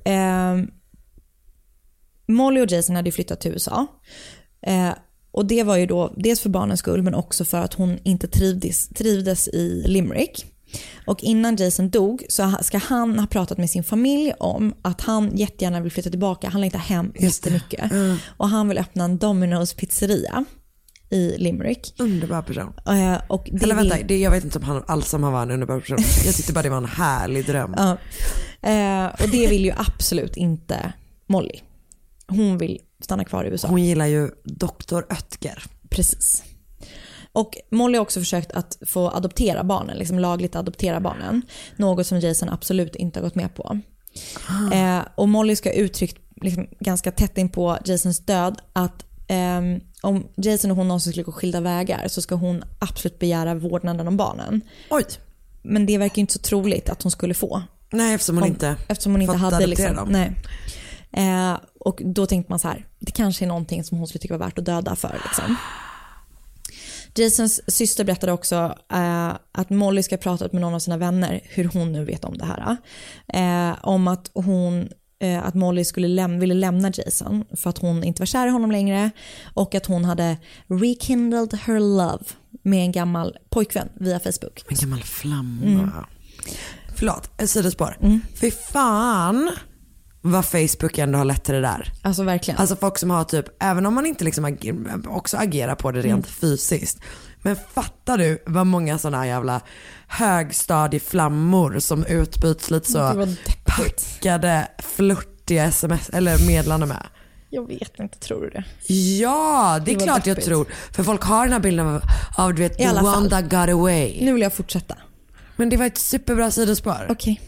Molly och Jason hade ju flyttat till USA. Och det var ju då dels för barnens skull men också för att hon inte trivdes i Limerick. Och innan Jason dog så ska han ha pratat med sin familj om att han jättegärna vill flytta tillbaka. Han längtar hem jättemycket. Och han vill öppna en Domino's pizzeria i Limerick. Underbar person. Och eller vänta, jag vet inte om han alls som han var en underbar person. Jag tyckte bara det var en härlig dröm. Och det vill ju absolut inte Molly. Hon vill stanna kvar i USA. Hon gillar ju Dr. Oetker. Precis. Och Molly har också försökt att få adoptera barnen, liksom lagligt adoptera barnen. Något som Jason absolut inte har gått med på. Och Molly ska uttryckt liksom ganska tätt in på Jasons död att om Jason och hon någonsin skulle gå skilda vägar så ska hon absolut begära vårdnaden om barnen. Oj. Men det verkar inte så troligt att hon skulle få. Nej, eftersom hon inte hade liksom, dem. Nej. Och då tänkte man så här, det kanske är någonting som hon skulle tycka var värt att döda för liksom. Jasons syster berättade också att Molly ska ha pratat med någon av sina vänner, hur hon nu vet om det här, om att hon att Molly ville lämna Jason för att hon inte var kär i honom längre och att hon hade rekindled her love med en gammal pojkvän via Facebook. En gammal flamma. Förlåt, ett sidospår. Fy fan vad Facebook ändå har lett till det där. Alltså verkligen. Alltså folk som har typ, även om man inte liksom också agerar på det rent fysiskt. Men fattar du vad många sådana här jävla högstadieflammor som utbyts lite så packade, flörtiga sms eller medlande med. Jag vet inte, tror du det? Ja, det är klart jag tror. För folk har den här bilden av du vet, the one that got away. Nu vill jag fortsätta. Men det var ett superbra sidospår. Okej.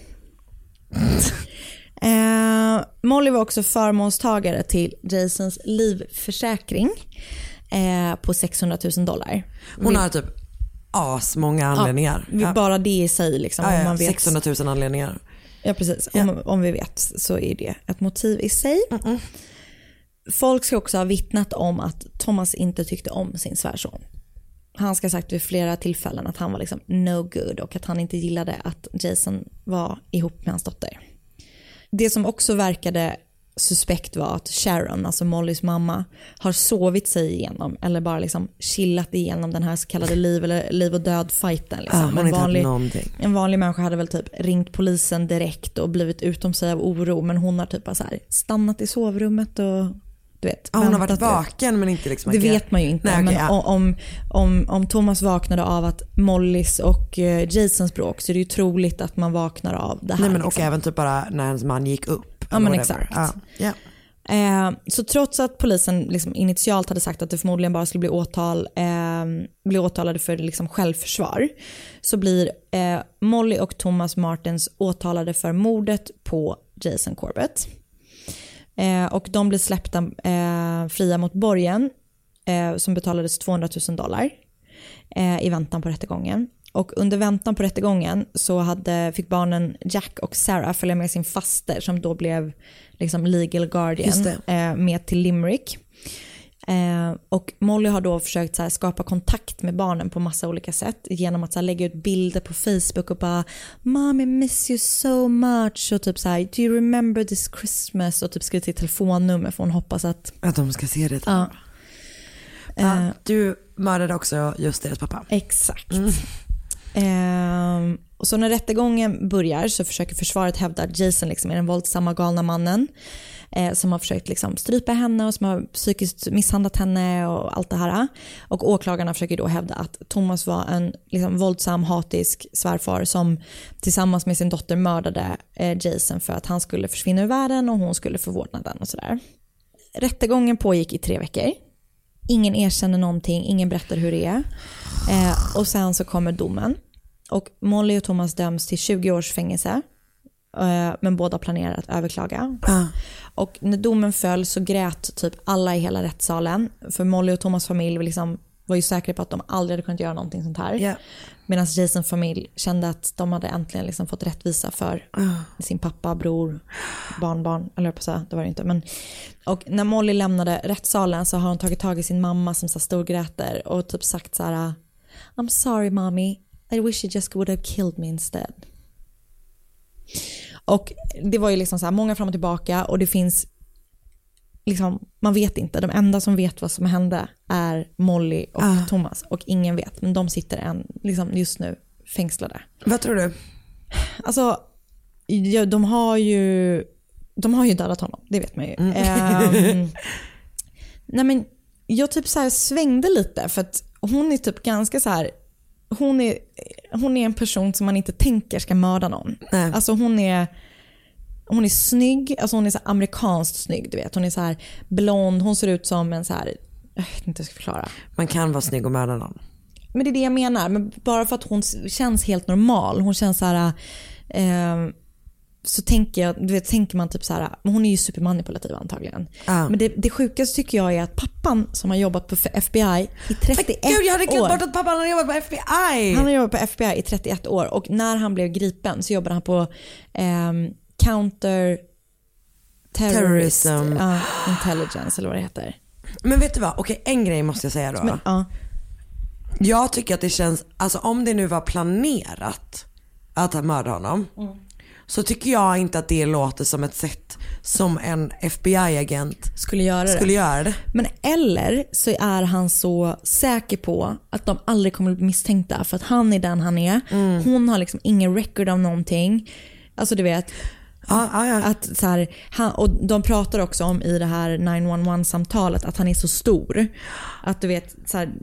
Molly var också förmånstagare till Jasons livförsäkring på $600,000. Hon har typ många anledningar. Bara det i sig liksom, om man vet. 600 000 anledningar. Ja, precis. Om vi vet så är det ett motiv i sig. Folk ska också ha vittnat om att Thomas inte tyckte om sin svärson. Han ska ha sagt vid flera tillfällen att han var liksom no good och att han inte gillade att Jason var ihop med hans dotter. Det som också verkade suspekt var att Sharon, alltså Mollys mamma, har sovit sig igenom eller bara liksom chillat igenom den här så kallade liv och död fighten liksom. En vanlig människa hade väl typ ringt polisen direkt och blivit utom sig av oro, men hon har typ bara så här stannat i sovrummet och du vet, hon har varit vaken men inte liksom. Det vet man ju inte. Nej, men om Thomas vaknade av att Mollys och Jasons bråk, så är det ju troligt att man vaknar av det här. Nej, men liksom. Och även typ bara när hans man gick upp. Ja, men exakt. Så trots att polisen liksom initialt hade sagt att det förmodligen bara skulle bli åtalade för liksom självförsvar, så blir Molly och Thomas Martens åtalade för mordet på Jason Corbett. Och de blir släppta fria mot borgen som betalades $200,000 i väntan på rättegången. Och under väntan på rättegången så fick barnen Jack och Sarah följa med sin faster som då blev liksom legal guardian med till Limerick. Och Molly har då försökt så här, skapa kontakt med barnen på massa olika sätt genom att så här, lägga ut bilder på Facebook och bara "Mom, I miss you so much" och typ så här "Do you remember this Christmas" och typ skriva till telefonnummer för hon hoppas att de ska se det. Du mördade också just deras pappa. Exakt. Och så när rättegången börjar så försöker försvaret hävda att Jason liksom är den våldsamma galna mannen som har försökt liksom strypa henne och som har psykiskt misshandlat henne och allt det här. Och åklagarna försöker då hävda att Thomas var en liksom våldsam, hatisk svärfar som tillsammans med sin dotter mördade Jason för att han skulle försvinna ur världen och hon skulle få vårdnaden och sådär. Rättegången pågick i 3 veckor. Ingen erkänner någonting, ingen berättar hur det är. Och sen så kommer domen. Och Molly och Thomas döms till 20 års fängelse. Men båda planerar att överklaga. Och när domen föll så grät typ alla i hela rättssalen. För Molly och Thomas familj liksom var ju säkra på att de aldrig hade kunnat göra någonting sånt här. Medan Jasons familj kände att de hade äntligen liksom fått rättvisa för sin pappa, bror, barnbarn. Eller på så det var det inte. Men, och när Molly lämnade rättssalen så har hon tagit tag i sin mamma som så storgräter och typ sagt så här: "I'm sorry mommy, I wish you just would have killed me instead." Och det var ju liksom så här många fram och tillbaka och det finns liksom, man vet inte. De enda som vet vad som hände är Molly och Thomas och ingen vet. Men de sitter liksom just nu fängslade. Vad tror du? Alltså, de har ju dödat honom, det vet man ju. Nej men jag typ så här svängde lite för att hon är typ ganska så här, hon är en person som man inte tänker ska mörda någon. Alltså hon är snygg, alltså hon är så här amerikanskt snygg, du vet. Hon är så här blond, hon ser ut som en så här, jag vet inte hur jag ska förklara. Man kan vara snygg och mörda någon. Men det är det jag menar, men bara för att hon känns helt normal, hon känns så här så tänker man typ så här, men hon är ju supermanipulativ antagligen. Men det sjukaste tycker jag är att pappan som har jobbat på FBI i 31 år. Gud, jag hade glömt bort att pappan har jobbat på FBI. Han har jobbat på FBI i 31 år och när han blev gripen så jobbade han på counter terrorism intelligence eller vad det heter. Men vet du vad? Okej, en grej måste jag säga då. Jag tycker att det känns, alltså om det nu var planerat att mörda honom, så tycker jag inte att det låter som ett sätt som en FBI-agent skulle göra det. Men eller så är han så säker på att de aldrig kommer att bli misstänkta för att han är den han är. Hon har liksom ingen record av någonting. Alltså du vet att så här, och de pratar också om i det här 911-samtalet att han är så stor att du vet så här,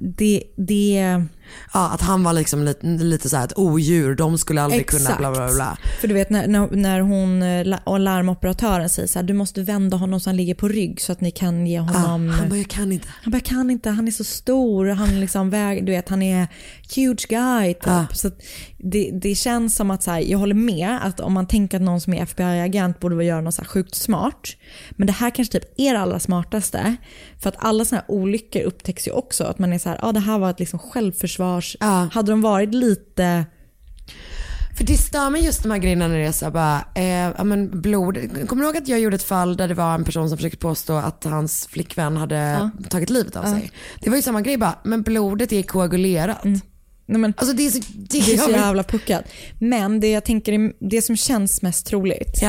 det att han var liksom lite så här ett odjur, de skulle aldrig kunna bla bla bla. För du vet när hon och larmoperatören säger så här, du måste vända honom så han ligger på rygg så att ni kan ge honom. Han bara, jag kan inte, han är så stor, han liksom du vet, han är huge guy typ. Så att det känns som att så här, jag håller med att om man tänker att någon som är FBI-agent borde göra något så här sjukt smart, men det här kanske typ är det allra smartaste, för att alla såna här olyckor upptäcks ju också, att man är så här, det här var ett liksom självförsvars. Hade de varit lite, för det stör mig just de här grejerna när det är så bara, men blod. Kommer du ihåg att jag gjorde ett fall där det var en person som försökte påstå att hans flickvän hade tagit livet av sig. Det var ju samma grej bara, men blodet är koagulerat. Nej, men, alltså det är så jävla puckat. Men det jag tänker, det som känns mest troligt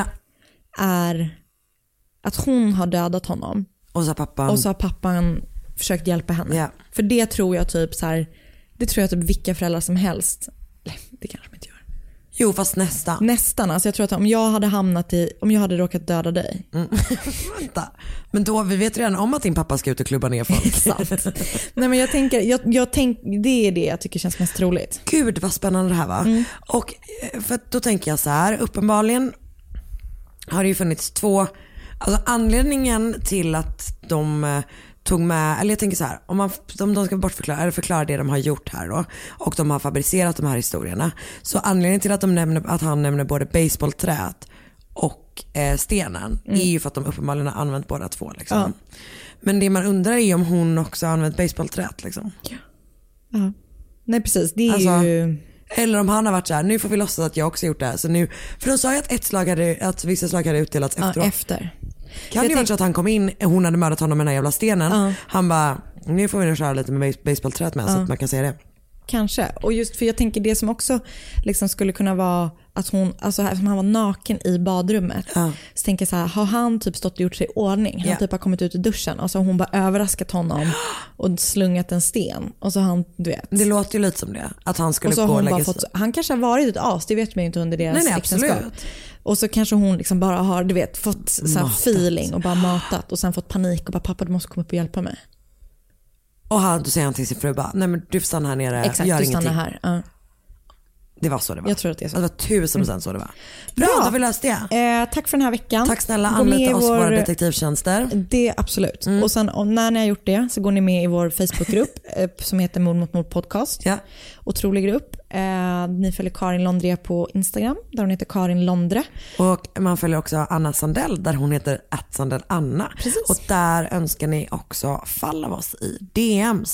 är att hon har dödat honom. Och så har pappan försökt hjälpa henne. För det tror jag typ så här, det tror jag typ vilka föräldrar som helst. Det kanske man inte gör. Jo, fast nästan. Alltså jag tror att om jag hade råkat döda dig. Vänta. Men då, vi vet redan om att din pappa ska ut och klubba ner folk. Exakt. Nej, men jag tänker, det är det jag tycker känns mest troligt. Gud vad spännande det här var. Och för då tänker jag så här, uppenbarligen har det ju funnits två, alltså anledningen till att de tog med, eller jag tänker så här, om de ska bortförklara eller förklara det de har gjort här då, och de har fabricerat de här historierna, så anledningen till att han nämner både baseballträet och stenen är ju för att de uppenbarligen har använt båda två liksom. Men det man undrar är om hon också har använt baseballträet liksom. Ja. Nej precis, det är ju. Eller om han har varit så här, nu får vi låtsas att jag också gjort det här. Så nu, för de sa ju att vissa slag hade utdelats efteråt. Efter. Kan det vara så att han kom in, hon hade mördat honom med den här jävla stenen. Han bara, nu får vi nog köra lite med baseballträet med så att man kan se det. Kanske, och just för jag tänker det som också liksom skulle kunna vara att hon, alltså som han var naken i badrummet. Så tänker jag så här, har han typ stått och gjort sig i ordning? Han typ har kommit ut ur duschen och så har hon bara överraskat honom och slungat en sten. Och så han, du vet. Det låter ju lite som det, att han skulle gå och lägga sig. Han kanske har varit ett as, det vet man ju inte under deras äktenskap. Absolut. Och så kanske hon liksom bara har, du vet, fått så här feeling och bara matat och sen fått panik och bara, pappa du måste komma upp och hjälpa mig. Och då säger han till sin fru bara, nej men du får stanna här nere. Exakt, gör du ingenting. stannar här. Det var så det var. Jag tror att det är så. Det var 1000% så det var. Bra, då har vi löst det. Tack för den här veckan. Tack snälla, anlita oss våra detektivtjänster. Det absolut. Och sen när ni har gjort det så går ni med i vår Facebookgrupp som heter Mord mot mord podcast. Otrolig grupp. Ni följer Karin Londre på Instagram där hon heter Karin Londre. Och man följer också Anna Sandell där hon heter @sandellanna. Precis. Och där önskar ni också fall av oss i DMs.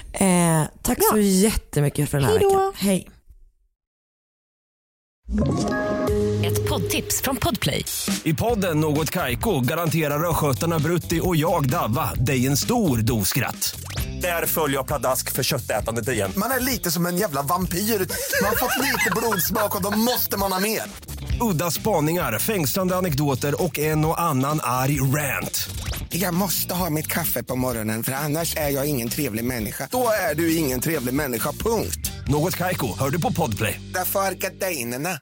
Tack så jättemycket för den här veckan. Hej. Ett poddtips från Podplay. I podden Något Kaiko garanterar röskötarna Brutti och jag Davva dig en stor doskratt. Där följer jag pladask för köttätandet igen. Man är lite som en jävla vampyr. Man har fått lite blodsmak och då måste man ha mer. Udda spaningar, fängslande anekdoter och en och annan arg rant. Jag måste ha mitt kaffe på morgonen för annars är jag ingen trevlig människa. Då är du ingen trevlig människa, punkt. Något Kaiko, hör du på Podplay. Därför är gardinerna.